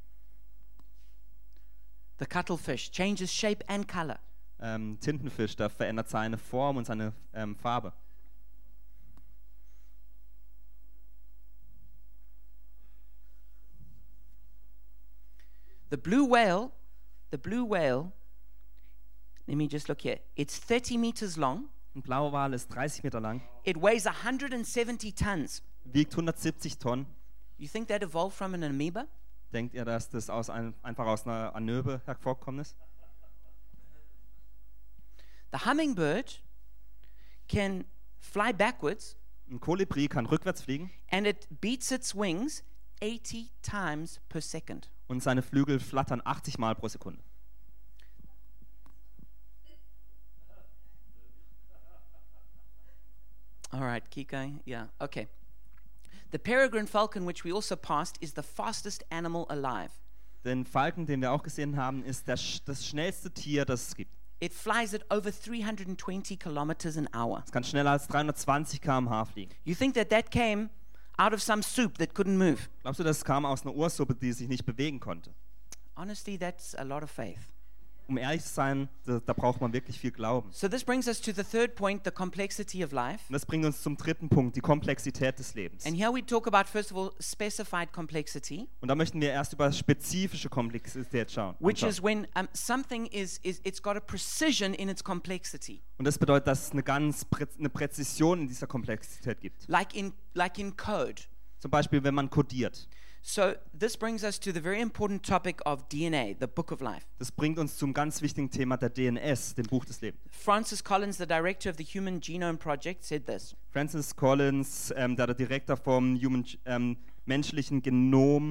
The cuttlefish changes shape and color. Tintenfisch, der verändert seine Form und seine Farbe. The blue whale, let me just look here. It's 30 meters long. Ein blauer Wal ist 30 Meter lang, It weighs 170 tons. wiegt 170 Tonnen. You think that evolved from an amoeba? Denkt ihr, dass das einfach aus einer Amöbe hervorgekommen ist? The hummingbird can fly backwards Ein Kolibri kann rückwärts fliegen and it beats its wings 80 times per second. und seine Flügel flattern 80 Mal pro Sekunde. All right, keep going. Yeah, okay. The peregrine falcon, which we also passed, is the fastest animal alive. Den Falken, den wir auch gesehen haben, ist das schnellste Tier, das es gibt. It flies at over 320 kilometers an hour. Es kann schneller als 320 km/h fliegen. You think that came out of some soup that couldn't move? Glaubst du, das kam aus einer Ursuppe, die sich nicht bewegen konnte? Honestly, that's a lot of faith. Um ehrlich zu sein, da braucht man wirklich viel Glauben. So this brings us to the third point, the complexity of life. Und das bringt uns zum dritten Punkt, die Komplexität des Lebens. And here we talk about, first of all, specified complexity, Und da möchten wir erst über spezifische Komplexität schauen. which is when something it's got a precision in its complexity. Und das bedeutet, dass es eine Präzision in dieser Komplexität gibt. Like in code. Zum Beispiel, wenn man codiert. So this brings us to the very important topic of DNA, the book of life. Das bringt uns zum ganz wichtigen Thema der DNS, dem Buch des Lebens. Francis Collins, the director of the Human Genome Project, said this. Francis Collins, der Direktor vom menschlichen Genom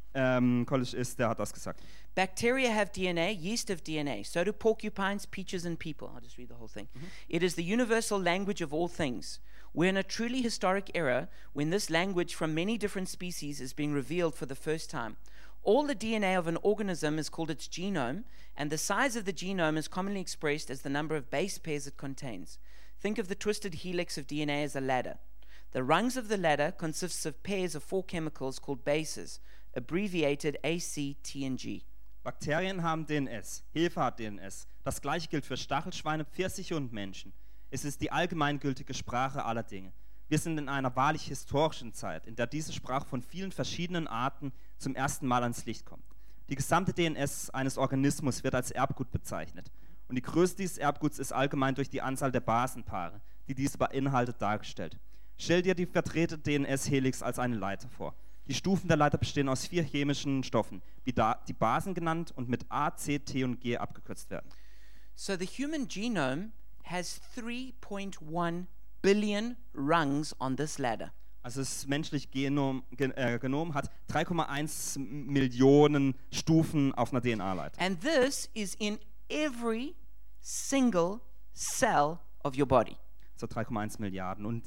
College ist, der hat das gesagt. Bacteria have DNA, yeast have DNA. So do porcupines, peaches, and people. I'll just read the whole thing. It is the universal language of all things. We're in a truly historic era when this language from many different species is being revealed for the first time. All the DNA of an organism is called its genome, and the size of the genome is commonly expressed as the number of base pairs it contains. Think of the twisted helix of DNA as a ladder. The rungs of the ladder consists of pairs of 4 chemicals called bases, abbreviated A, C, T, and G. Bakterien haben DNS, Hefe hat DNS. Das gleiche gilt für Stachelschweine, Pfirsiche und Menschen. Es ist die allgemeingültige Sprache aller Dinge. Wir sind in einer wahrlich historischen Zeit, in der diese Sprache von vielen verschiedenen Arten zum ersten Mal ans Licht kommt. Die gesamte DNS eines Organismus wird als Erbgut bezeichnet. Und die Größe dieses Erbguts ist allgemein durch die Anzahl der Basenpaare, die diese beinhaltet, dargestellt. Stell dir die verdrehte DNS-Helix als eine Leiter vor. Die Stufen der Leiter bestehen aus 4 chemischen Stoffen, wie die Basen genannt und mit A, C, T und G abgekürzt werden. So the human genome has 3.1 billion rungs on this ladder. Also das menschliche Genom hat 3,1 Millionen Stufen auf einer DNA-Leiter. And this is in every single cell of your body. So 3,1 Milliarden. Und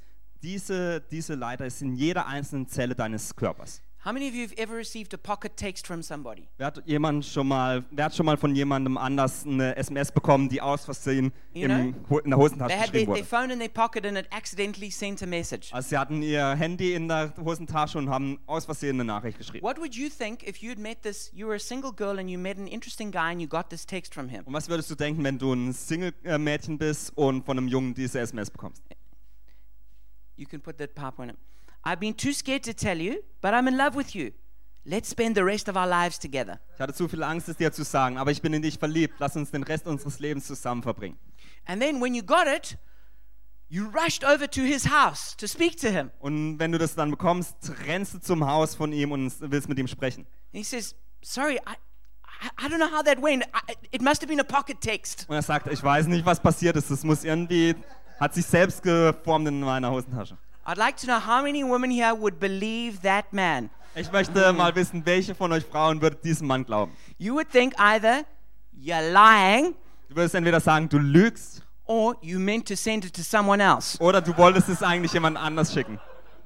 diese Leiter ist in jeder einzelnen Zelle deines Körpers. How many of you have ever received a pocket text from somebody? Wer hat schon mal von jemandem anders eine SMS bekommen, die aus Versehen in der Hosentasche They had geschrieben their wurde? phone in their pocket and it accidentally sent a message. Also sie hatten ihr Handy in der Hosentasche und haben aus Versehen eine Nachricht geschrieben. What would you think if you had met this, you were a single girl and you met an interesting guy and you got this text from him? Und was würdest du denken, wenn du ein Single-Mädchen bist und von einem Jungen diese SMS bekommst? You can put that PowerPoint in. I've been too scared to tell you, but I'm in love with you. Let's spend the rest of our lives together. Ich hatte zu viel Angst, es dir zu sagen, aber ich bin in dich verliebt. Lass uns den Rest unseres Lebens zusammen verbringen. And then when you got it, you rushed over to his house to speak to him. Und wenn du das dann bekommst, rennst du zum Haus von ihm und willst mit ihm sprechen. And he says, sorry, I don't know how that went. It must have been a pocket text. Und er sagt, ich weiß nicht, was passiert ist. Das muss irgendwie, hat sich selbst geformt in meiner Hosentasche. I'd like to know how many women here would believe that man. Ich möchte mal wissen, welche von euch Frauen würde diesem Mann glauben? You would think either you're lying Du würdest entweder sagen, du lügst, or you meant to send it to someone else. oder du wolltest es eigentlich jemand anders schicken.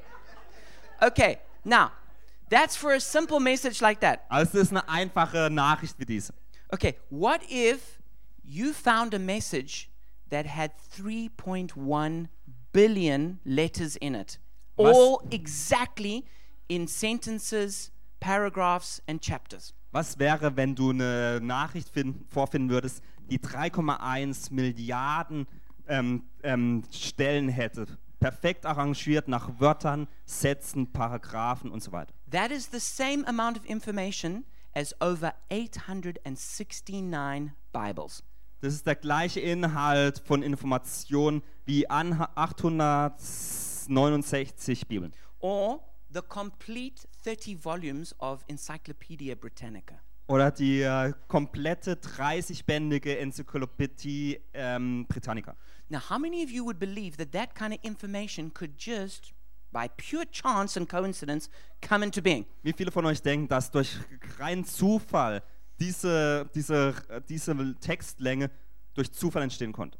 Okay, now, that's for a simple message like that. Also es ist eine einfache Nachricht wie diese. Okay, what if you found a message that had 3.1 billion letters in it, Was? all exactly in sentences, paragraphs, and chapters? Was wäre, wenn du eine Nachricht vorfinden würdest, die 3,1 Milliarden Stellen hätte, perfekt arrangiert nach Wörtern, Sätzen, Paragraphen und so weiter? That is the same amount of information as over 869 Bibles. Das ist der gleiche Inhalt von Informationen wie 869 Bibeln. Or the complete 30 volumes of Encyclopedia Britannica. Oder die komplette 30-bändige Enzyklopädie Britannica. Now, how many of you would believe that that kind of information could just, by pure chance and coincidence, come into being? Wie viele von euch denken, dass durch reinen Zufall diese Textlänge durch Zufall entstehen konnte?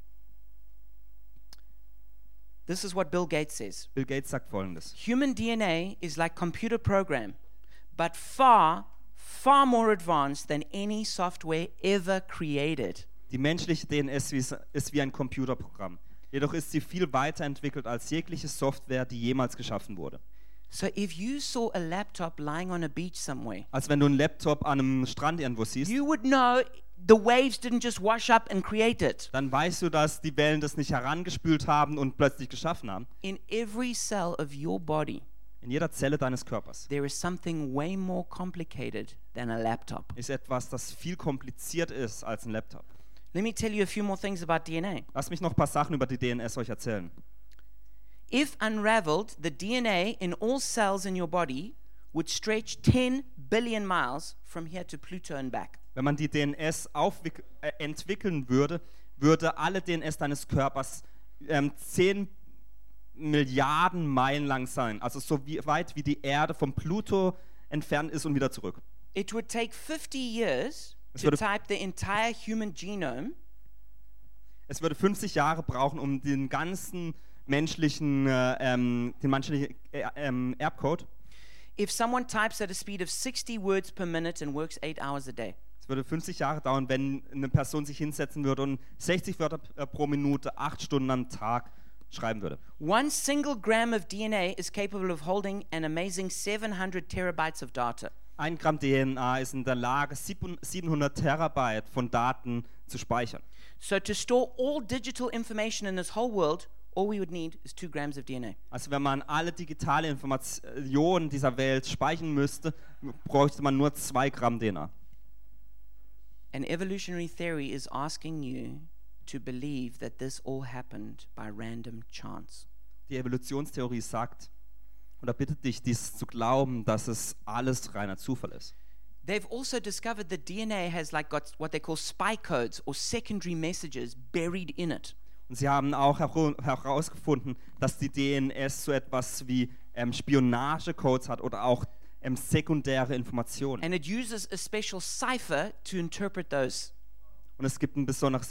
This is what Bill Gates says. Bill Gates sagt Folgendes. Human DNA is like computer program, but far, far more advanced than any software ever created. Die menschliche DNS ist wie ein Computerprogramm. Jedoch ist sie viel weiterentwickelt als jegliche Software, die jemals geschaffen wurde. So if you saw a laptop lying on a beach somewhere, Als wenn du einen Laptop an einem Strand irgendwo siehst, you would know the waves didn't just wash up and create it. dann weißt du, dass die Wellen das nicht herangespült haben und plötzlich geschaffen haben. In every cell of your body, In jeder Zelle deines Körpers there is something way more complicated than a laptop. ist etwas, das viel kompliziert ist als ein Laptop. Let me tell you a few more things about DNA. Lass mich noch ein paar Sachen über die DNS euch erzählen. If unraveled, the DNA in all cells in your body would stretch 10 billion miles from here to Pluto and back. Wenn man die DNS entwickeln würde, würde alle DNS deines Körpers 10 Milliarden Meilen lang sein. Also so weit wie die Erde vom Pluto entfernt ist und wieder zurück. It would take 50 years Es to würde- type the entire human genome, Es würde 50 Jahre brauchen, um den ganzen menschlichen Erbcode. if someone types at a speed of 60 words per minute and works 8 hours a day. Es würde 50 Jahre dauern, wenn eine Person sich hinsetzen würde und 60 Wörter pro Minute, 8 Stunden am Tag schreiben würde. One single gram of DNA is capable of holding an amazing 700 terabytes of data. 1 Gramm DNA ist in der Lage, 700 Terabyte von Daten zu speichern. So to store all digital information in this whole world, all we would need is 2 grams of DNA. Also wenn man alle digitale Informationen dieser Welt speichern müsste, bräuchte man nur 2 Gramm DNA. And evolutionary theory is asking you to believe that this all happened by random chance. Die Evolutionstheorie sagt oder bittet dich, dies zu glauben, dass es alles reiner Zufall ist. They've also discovered that DNA has got what they call spy codes or secondary messages buried in it. Und sie haben auch herausgefunden, dass die DNS so etwas wie Spionagecodes hat oder auch sekundäre Informationen. And it uses a special cipher to interpret those. Und es gibt ein besonderes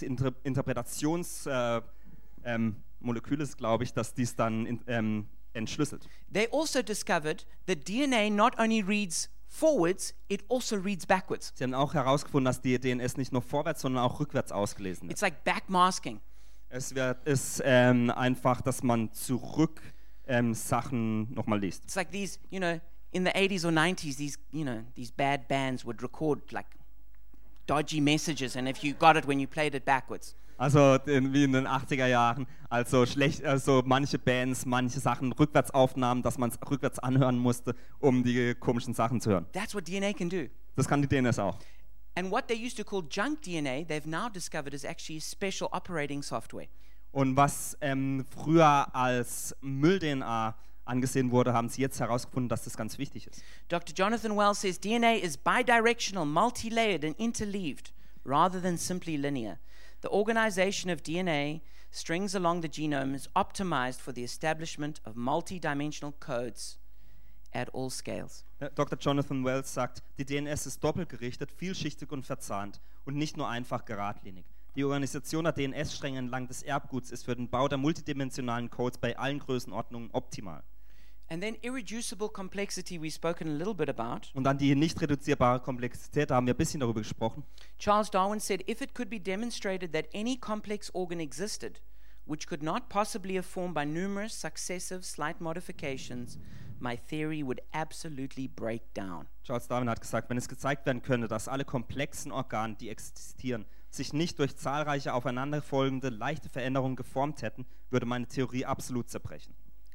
Molekül, glaube ich, das dies dann entschlüsselt. They also discovered that DNA not only reads forwards, it also reads backwards. Sie haben auch herausgefunden, dass die DNS nicht nur vorwärts, sondern auch rückwärts ausgelesen wird. It's like backmasking. Es ist einfach, dass man zurück Sachen nochmal liest. It's like these, in the 80s or 90s, these bad bands would record like dodgy messages, and if you got it when you played it backwards. Also wie in den 80er Jahren, also manche Bands, manche Sachen rückwärts aufnahmen, dass man es rückwärts anhören musste, um die komischen Sachen zu hören. That's what DNA can do. Das kann die DNS auch. And what they used to call junk DNA, they've now discovered is actually special operating software. Und was früher als Müll-DNA angesehen wurde, haben sie jetzt herausgefunden, dass das ganz wichtig ist. Dr. Jonathan Wells says DNA is bidirectional, multi-layered, and interleaved, rather than simply linear. The organization of DNA strings along the genome is optimized for the establishment of multi-dimensional codes at all scales. Dr. Jonathan Wells sagt, die DNS ist doppelgerichtet, vielschichtig und verzahnt und nicht nur einfach geradlinig. Die Organisation der DNS-Stränge entlang des Erbguts ist für den Bau der multidimensionalen Codes bei allen Größenordnungen optimal. And then irreducible complexity we've spoken a little bit about. Und dann die nicht reduzierbare Komplexität, da haben wir ein bisschen darüber gesprochen. Charles Darwin said, if it could be demonstrated that any complex organ existed, which could not possibly have formed by numerous successive slight modifications, my theory would absolutely break down. Charles Darwin hat gesagt, wenn es gezeigt werden könnte, dass alle komplexen Organe, die existieren, sich nicht durch zahlreiche aufeinanderfolgende leichte Veränderungen geformt hätten, würde meine Theorie absolut zerbrechen.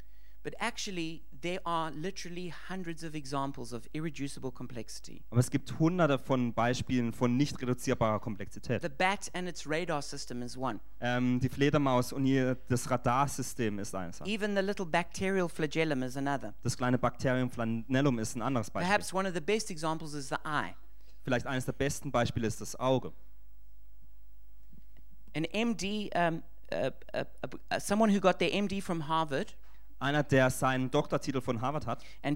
But actually, there are literally hundreds of examples of irreducible complexity. Aber es gibt hunderte von Beispielen von nicht reduzierbarer Komplexität. The bat and its radar system is one. Die Fledermaus und das Radarsystem ist eine Sache. Even the little bacterial flagellum is another. Das kleine Bakterium Flanellum ist ein anderes Beispiel. Perhaps one of the best examples is the eye. Vielleicht eines der besten Beispiele ist das Auge. An MD, someone who got their MD from Harvard Einer, der seinen Doktortitel von Harvard hat and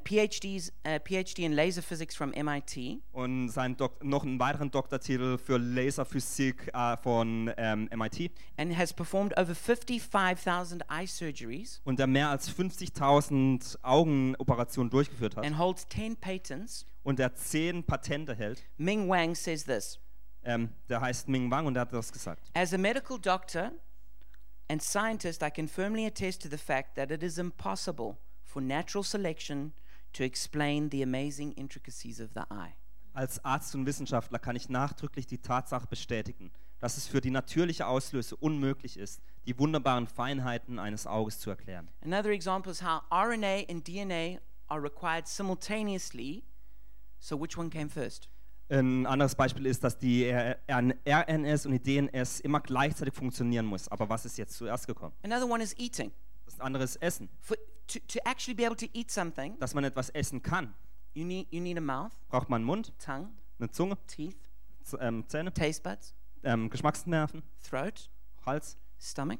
PhD in laser physics from MIT, und noch einen weiteren Doktortitel für Laserphysik von MIT and has performed over 55,000 eye surgeries und der mehr als 50.000 Augenoperationen durchgeführt hat and holds 10 patents. und der 10 Patente hält. Ming Wang says this: Der heißt Ming Wang und der hat das gesagt. As a medical doctor and scientist, I can firmly attest to the fact that it is impossible for natural selection to explain the amazing intricacies of the eye. Als Arzt und Wissenschaftler kann ich nachdrücklich die Tatsache bestätigen, dass es für die natürliche Auslöse unmöglich ist, die wunderbaren Feinheiten eines Auges zu erklären. Another example is how RNA and DNA are required simultaneously. So which one came first? Ein anderes Beispiel ist, dass die RNS und die DNS immer gleichzeitig funktionieren muss. Aber was ist jetzt zuerst gekommen? Another one is eating. Das andere ist Essen. To actually be able to eat something, Dass man etwas essen kann, you need a mouth, braucht man einen Mund, tongue, eine Zunge, teeth, Zähne, taste buds, Geschmacksnerven, throat, Hals, stomach,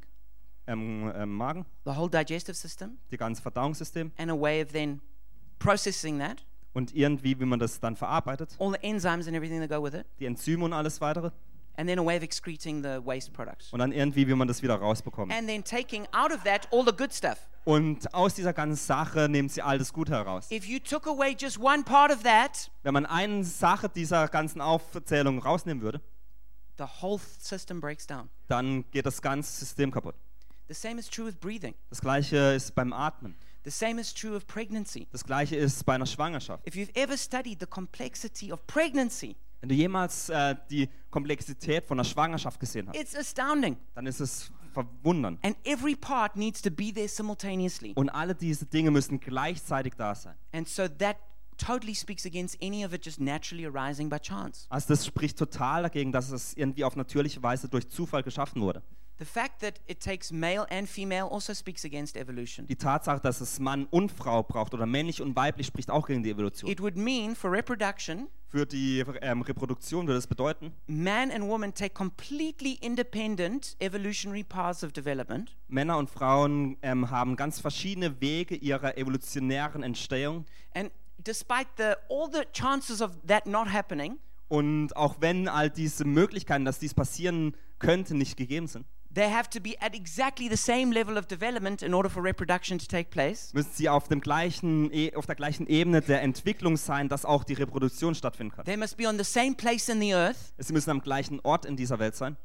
Magen, the whole digestive system, die ganze Verdauungssystem and a way of then processing that, und irgendwie, wie man das dann verarbeitet, all the enzymes and everything that go with it, die Enzyme und alles weitere and then a way of excreting the waste products. und dann irgendwie, wie man das wieder rausbekommt. And then taking out of that all the good stuff. Und aus dieser ganzen Sache nehmen sie all das Gute heraus. If you took away just one part of that, Wenn man eine Sache dieser ganzen Aufzählung rausnehmen würde, the whole system breaks down. dann geht das ganze System kaputt. The same is true with breathing. Das Gleiche ist beim Atmen. The same is true of pregnancy. Das Gleiche ist bei einer Schwangerschaft. If you've ever studied the complexity of pregnancy, Wenn du jemals die Komplexität von einer Schwangerschaft gesehen hast, it's astounding. dann ist es verwundernd. And every part needs to be there simultaneously. Und alle diese Dinge müssen gleichzeitig da sein. And so that totally speaks against any of it just naturally arising by chance. Also das spricht total dagegen, dass es irgendwie auf natürliche Weise durch Zufall geschaffen wurde. The fact that it takes male and female also speaks against evolution. Die Tatsache, dass es Mann und Frau braucht oder männlich und weiblich, spricht auch gegen die Evolution. It would mean for reproduction, Für die Reproduktion würde das bedeuten, man and woman take completely independent evolutionary paths of development, Männer und Frauen haben ganz verschiedene Wege ihrer evolutionären Entstehung. and despite all the chances of that not happening, Und auch wenn all diese Möglichkeiten, dass dies passieren könnte, nicht gegeben sind, they have to be at exactly the same level of development in order for reproduction to take place. müssen sie auf der gleichen Ebene der Entwicklung sein, dass auch die Reproduktion stattfinden kann. They must be on the same place in the earth. Sie müssen am gleichen Ort in dieser Welt sein.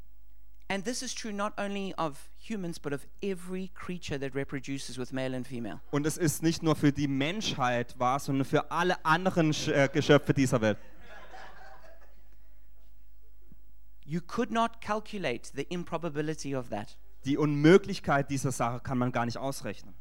And this is true not only of humans, but of every creature that reproduces with male and female. Und es ist nicht nur für die Menschheit wahr, sondern für alle anderen Geschöpfe dieser Welt. You could not calculate the improbability of that. Die Unmöglichkeit dieser Sache kann man gar nicht ausrechnen.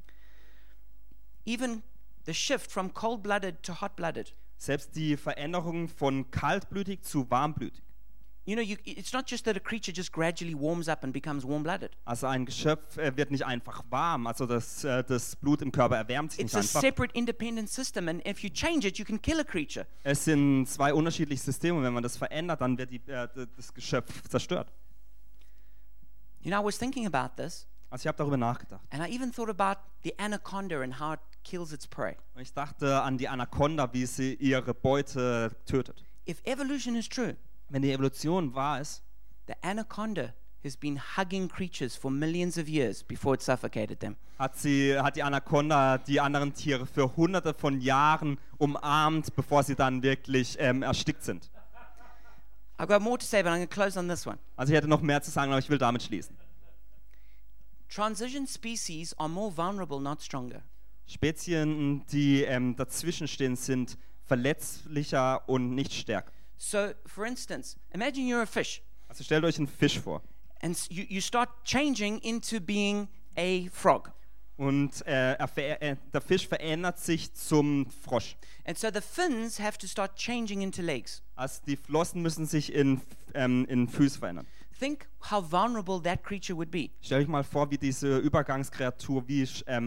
Even the shift from cold-blooded to hot-blooded. Selbst die Veränderung von kaltblütig zu warmblütig. You know, it's not just that a creature just gradually warms up and becomes warm-blooded. Also ein Geschöpf wird nicht einfach warm, also das Blut im Körper erwärmt sich It's nicht a einfach. separate, independent system, and if you change it, you can kill a creature. Es sind zwei unterschiedliche Systeme und wenn man das verändert, dann wird das Geschöpf zerstört. You know, I was thinking about this, Also ich habe darüber nachgedacht. and I even thought about the anaconda and how it kills its prey. Und ich dachte an die Anaconda, wie sie ihre Beute tötet. If evolution is true, Wenn die Evolution wahr ist, the anaconda has been hugging creatures for millions of years before it suffocated them. hat die Anaconda die anderen Tiere für hunderte von Jahren umarmt, bevor sie dann wirklich erstickt sind. I've got more to say, but I'm going to close on this one. Also ich hätte noch mehr zu sagen, aber ich will damit schließen. Transition species are more vulnerable, not stronger. Spezien, die dazwischen stehen, sind verletzlicher und nicht stärker. So, for instance, imagine you're a fish, Also stellt euch einen Fisch vor and you start changing into being a frog. Und der Fisch verändert sich zum Frosch. And so the fins have to start changing into legs. Also die Flossen müssen sich in Füße verändern. Think how vulnerable that creature would be. Stell euch mal vor, wie diese Übergangskreatur, wie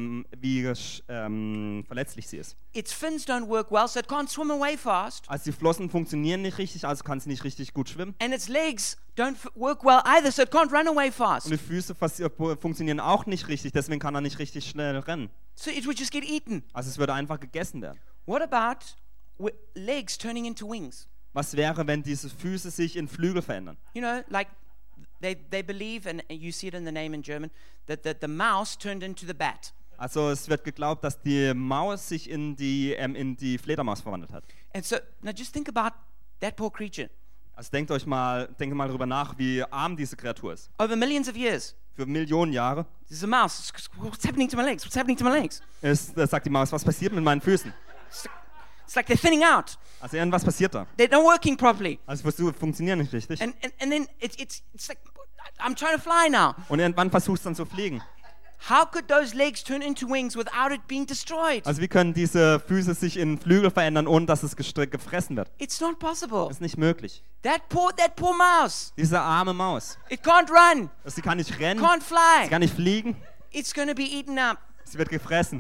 verletzlich sie ist. Its fins don't work well, so it can't swim away fast. Also die Flossen funktionieren nicht richtig, also kann sie nicht richtig gut schwimmen. And its legs don't work well either, so it can't run away fast. Und die Füße funktionieren auch nicht richtig, deswegen kann er nicht richtig schnell rennen. So it would just get eaten. Also es würde einfach gegessen werden. What about legs turning into wings? Was wäre, wenn diese Füße sich in Flügel verändern? You know, like they believe, and you see it in the name in German, that the mouse turned into the bat. Also es wird geglaubt, dass die Maus sich in die Fledermaus verwandelt hat. And so now just think about that poor creature. Also denkt mal darüber nach, wie arm diese Kreatur ist. Over millions of years, Für Millionen Jahre there's a mouse. What's happening to my legs? What's happening to my legs? sagt die Maus, was passiert mit meinen Füßen? It's like they're thinning out. Also irgendwas passiert da. They're not working properly. Also Versuche funktionieren nicht richtig. And then it's like, I'm trying to fly now. Und irgendwann versuchst du dann zu fliegen. How could those legs turn into wings without it being destroyed? Also wie können diese Füße sich in Flügel verändern, ohne dass es gefressen wird? It's not possible. Das ist nicht möglich. That poor mouse. Diese arme Maus. It can't run, Sie kann nicht rennen, can't sie fly. kann nicht fliegen, It's going to be eaten up. sie wird gefressen.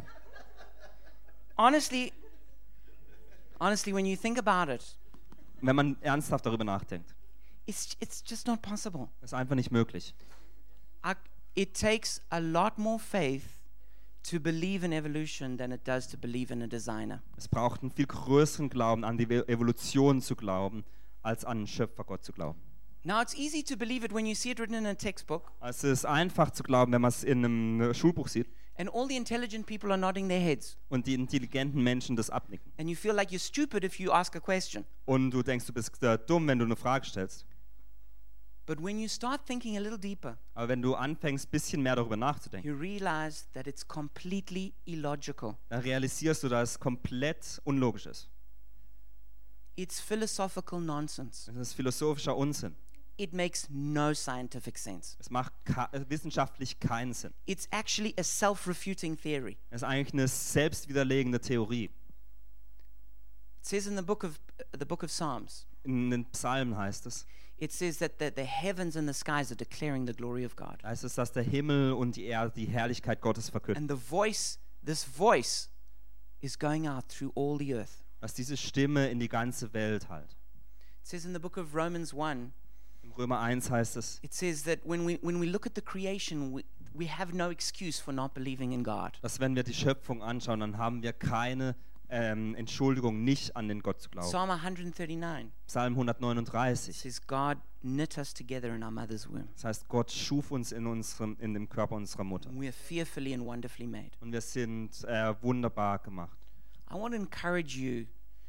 Honestly, when you think about it, Wenn man ernsthaft darüber nachdenkt, it's just not possible. ist einfach nicht möglich. It takes a lot more faith to believe in evolution than it does to believe in a designer. Es braucht einen viel größeren Glauben, an die Evolution zu glauben, als an den Schöpfergott zu glauben. Now, it's easy to believe it when you see it written in a textbook, Also es ist einfach zu glauben, wenn man es in einem Schulbuch sieht and all the intelligent people are nodding their heads, und die intelligenten Menschen das abnicken. and you feel like you're stupid if you ask a question. Und du denkst, du bist dumm, wenn du eine Frage stellst. But when you start thinking a little deeper, Aber wenn du anfängst, ein bisschen mehr darüber nachzudenken, you realize that it's completely illogical. dann realisierst du, dass es komplett unlogisch ist. It's philosophical nonsense. Das ist philosophischer Unsinn. It makes no scientific sense. Es macht wissenschaftlich keinen Sinn. It's actually a self-refuting theory. Es ist eigentlich eine selbstwiderlegende Theorie. It says in the book of Psalms, In den Psalmen heißt es, it says that the heavens and the skies are declaring the glory of God. da heißt es, dass der Himmel und die Erde die Herrlichkeit Gottes verkünden. And this voice is going out through all the earth. Dass diese Stimme in die ganze Welt hallt. It says in the book of Romans 1, Im Römer 1 heißt es, it says that when we look at the creation, we have no excuse for not believing in God. dass wenn wir die Schöpfung anschauen, dann haben wir keine Entschuldigung, nicht an den Gott zu glauben. Psalm 139 Psalm 139. says, God knit us together in our mother's womb. Das heißt, Gott schuf uns in dem Körper unserer Mutter. And we are fearfully and wonderfully made. Und wir sind wunderbar gemacht. I want to encourage you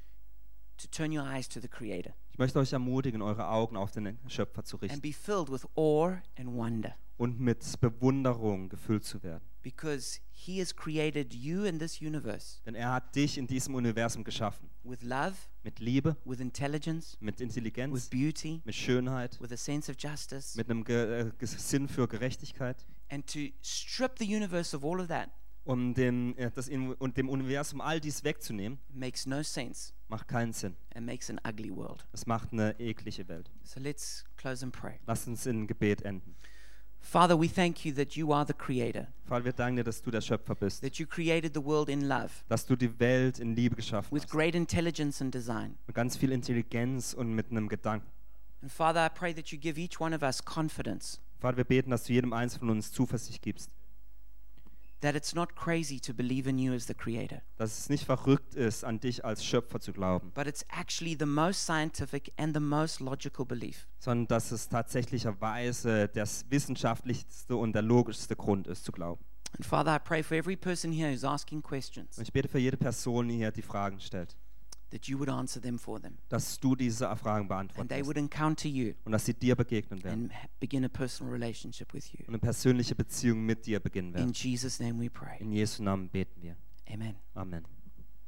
to turn your eyes to the Creator Ich möchte euch ermutigen, eure Augen auf den Schöpfer zu and richten be filled with awe and wonder, und mit Bewunderung gefüllt zu werden. because He has created you in this universe Denn er hat dich in diesem Universum geschaffen. with love, Mit Liebe, with intelligence, mit with Intelligenz, beauty, mit Schönheit, with a sense of justice, mit einem Sinn für Gerechtigkeit and to strip the universe of all of that und dem Universum all dies wegzunehmen, makes no sense macht keinen Sinn. and makes an ugly world. Es macht eine eklige Welt. So let's close and pray. Lasst uns in Gebet enden. Father, we thank you that you are the Creator, Vater, wir danken dir, dass du der Schöpfer bist, that you created the world in love dass du die Welt in Liebe geschaffen with hast, great intelligence and design. mit ganz viel Intelligenz und mit einem Gedanken. And Father, I pray that you give each one of us confidence Vater, wir beten, dass du jedem Einzelnen von uns Zuversicht gibst, that it's not crazy to believe in you as the Creator, dass es nicht verrückt ist, an dich als Schöpfer zu glauben, but it's actually the most scientific and the most logical belief. sondern dass es tatsächlicherweise der wissenschaftlichste und der logischste Grund ist, zu glauben. And Father, I pray for every person here who's asking questions, Und ich bete für jede Person, die hier die Fragen stellt, that you would answer them for them, dass du diese Fragen and beantworten they wirst would encounter you und dass sie dir begegnen werden and begin a personal relationship with you. und eine persönliche Beziehung mit dir beginnen In werden. Jesus' name we pray. In Jesu Namen beten wir. Amen. Amen.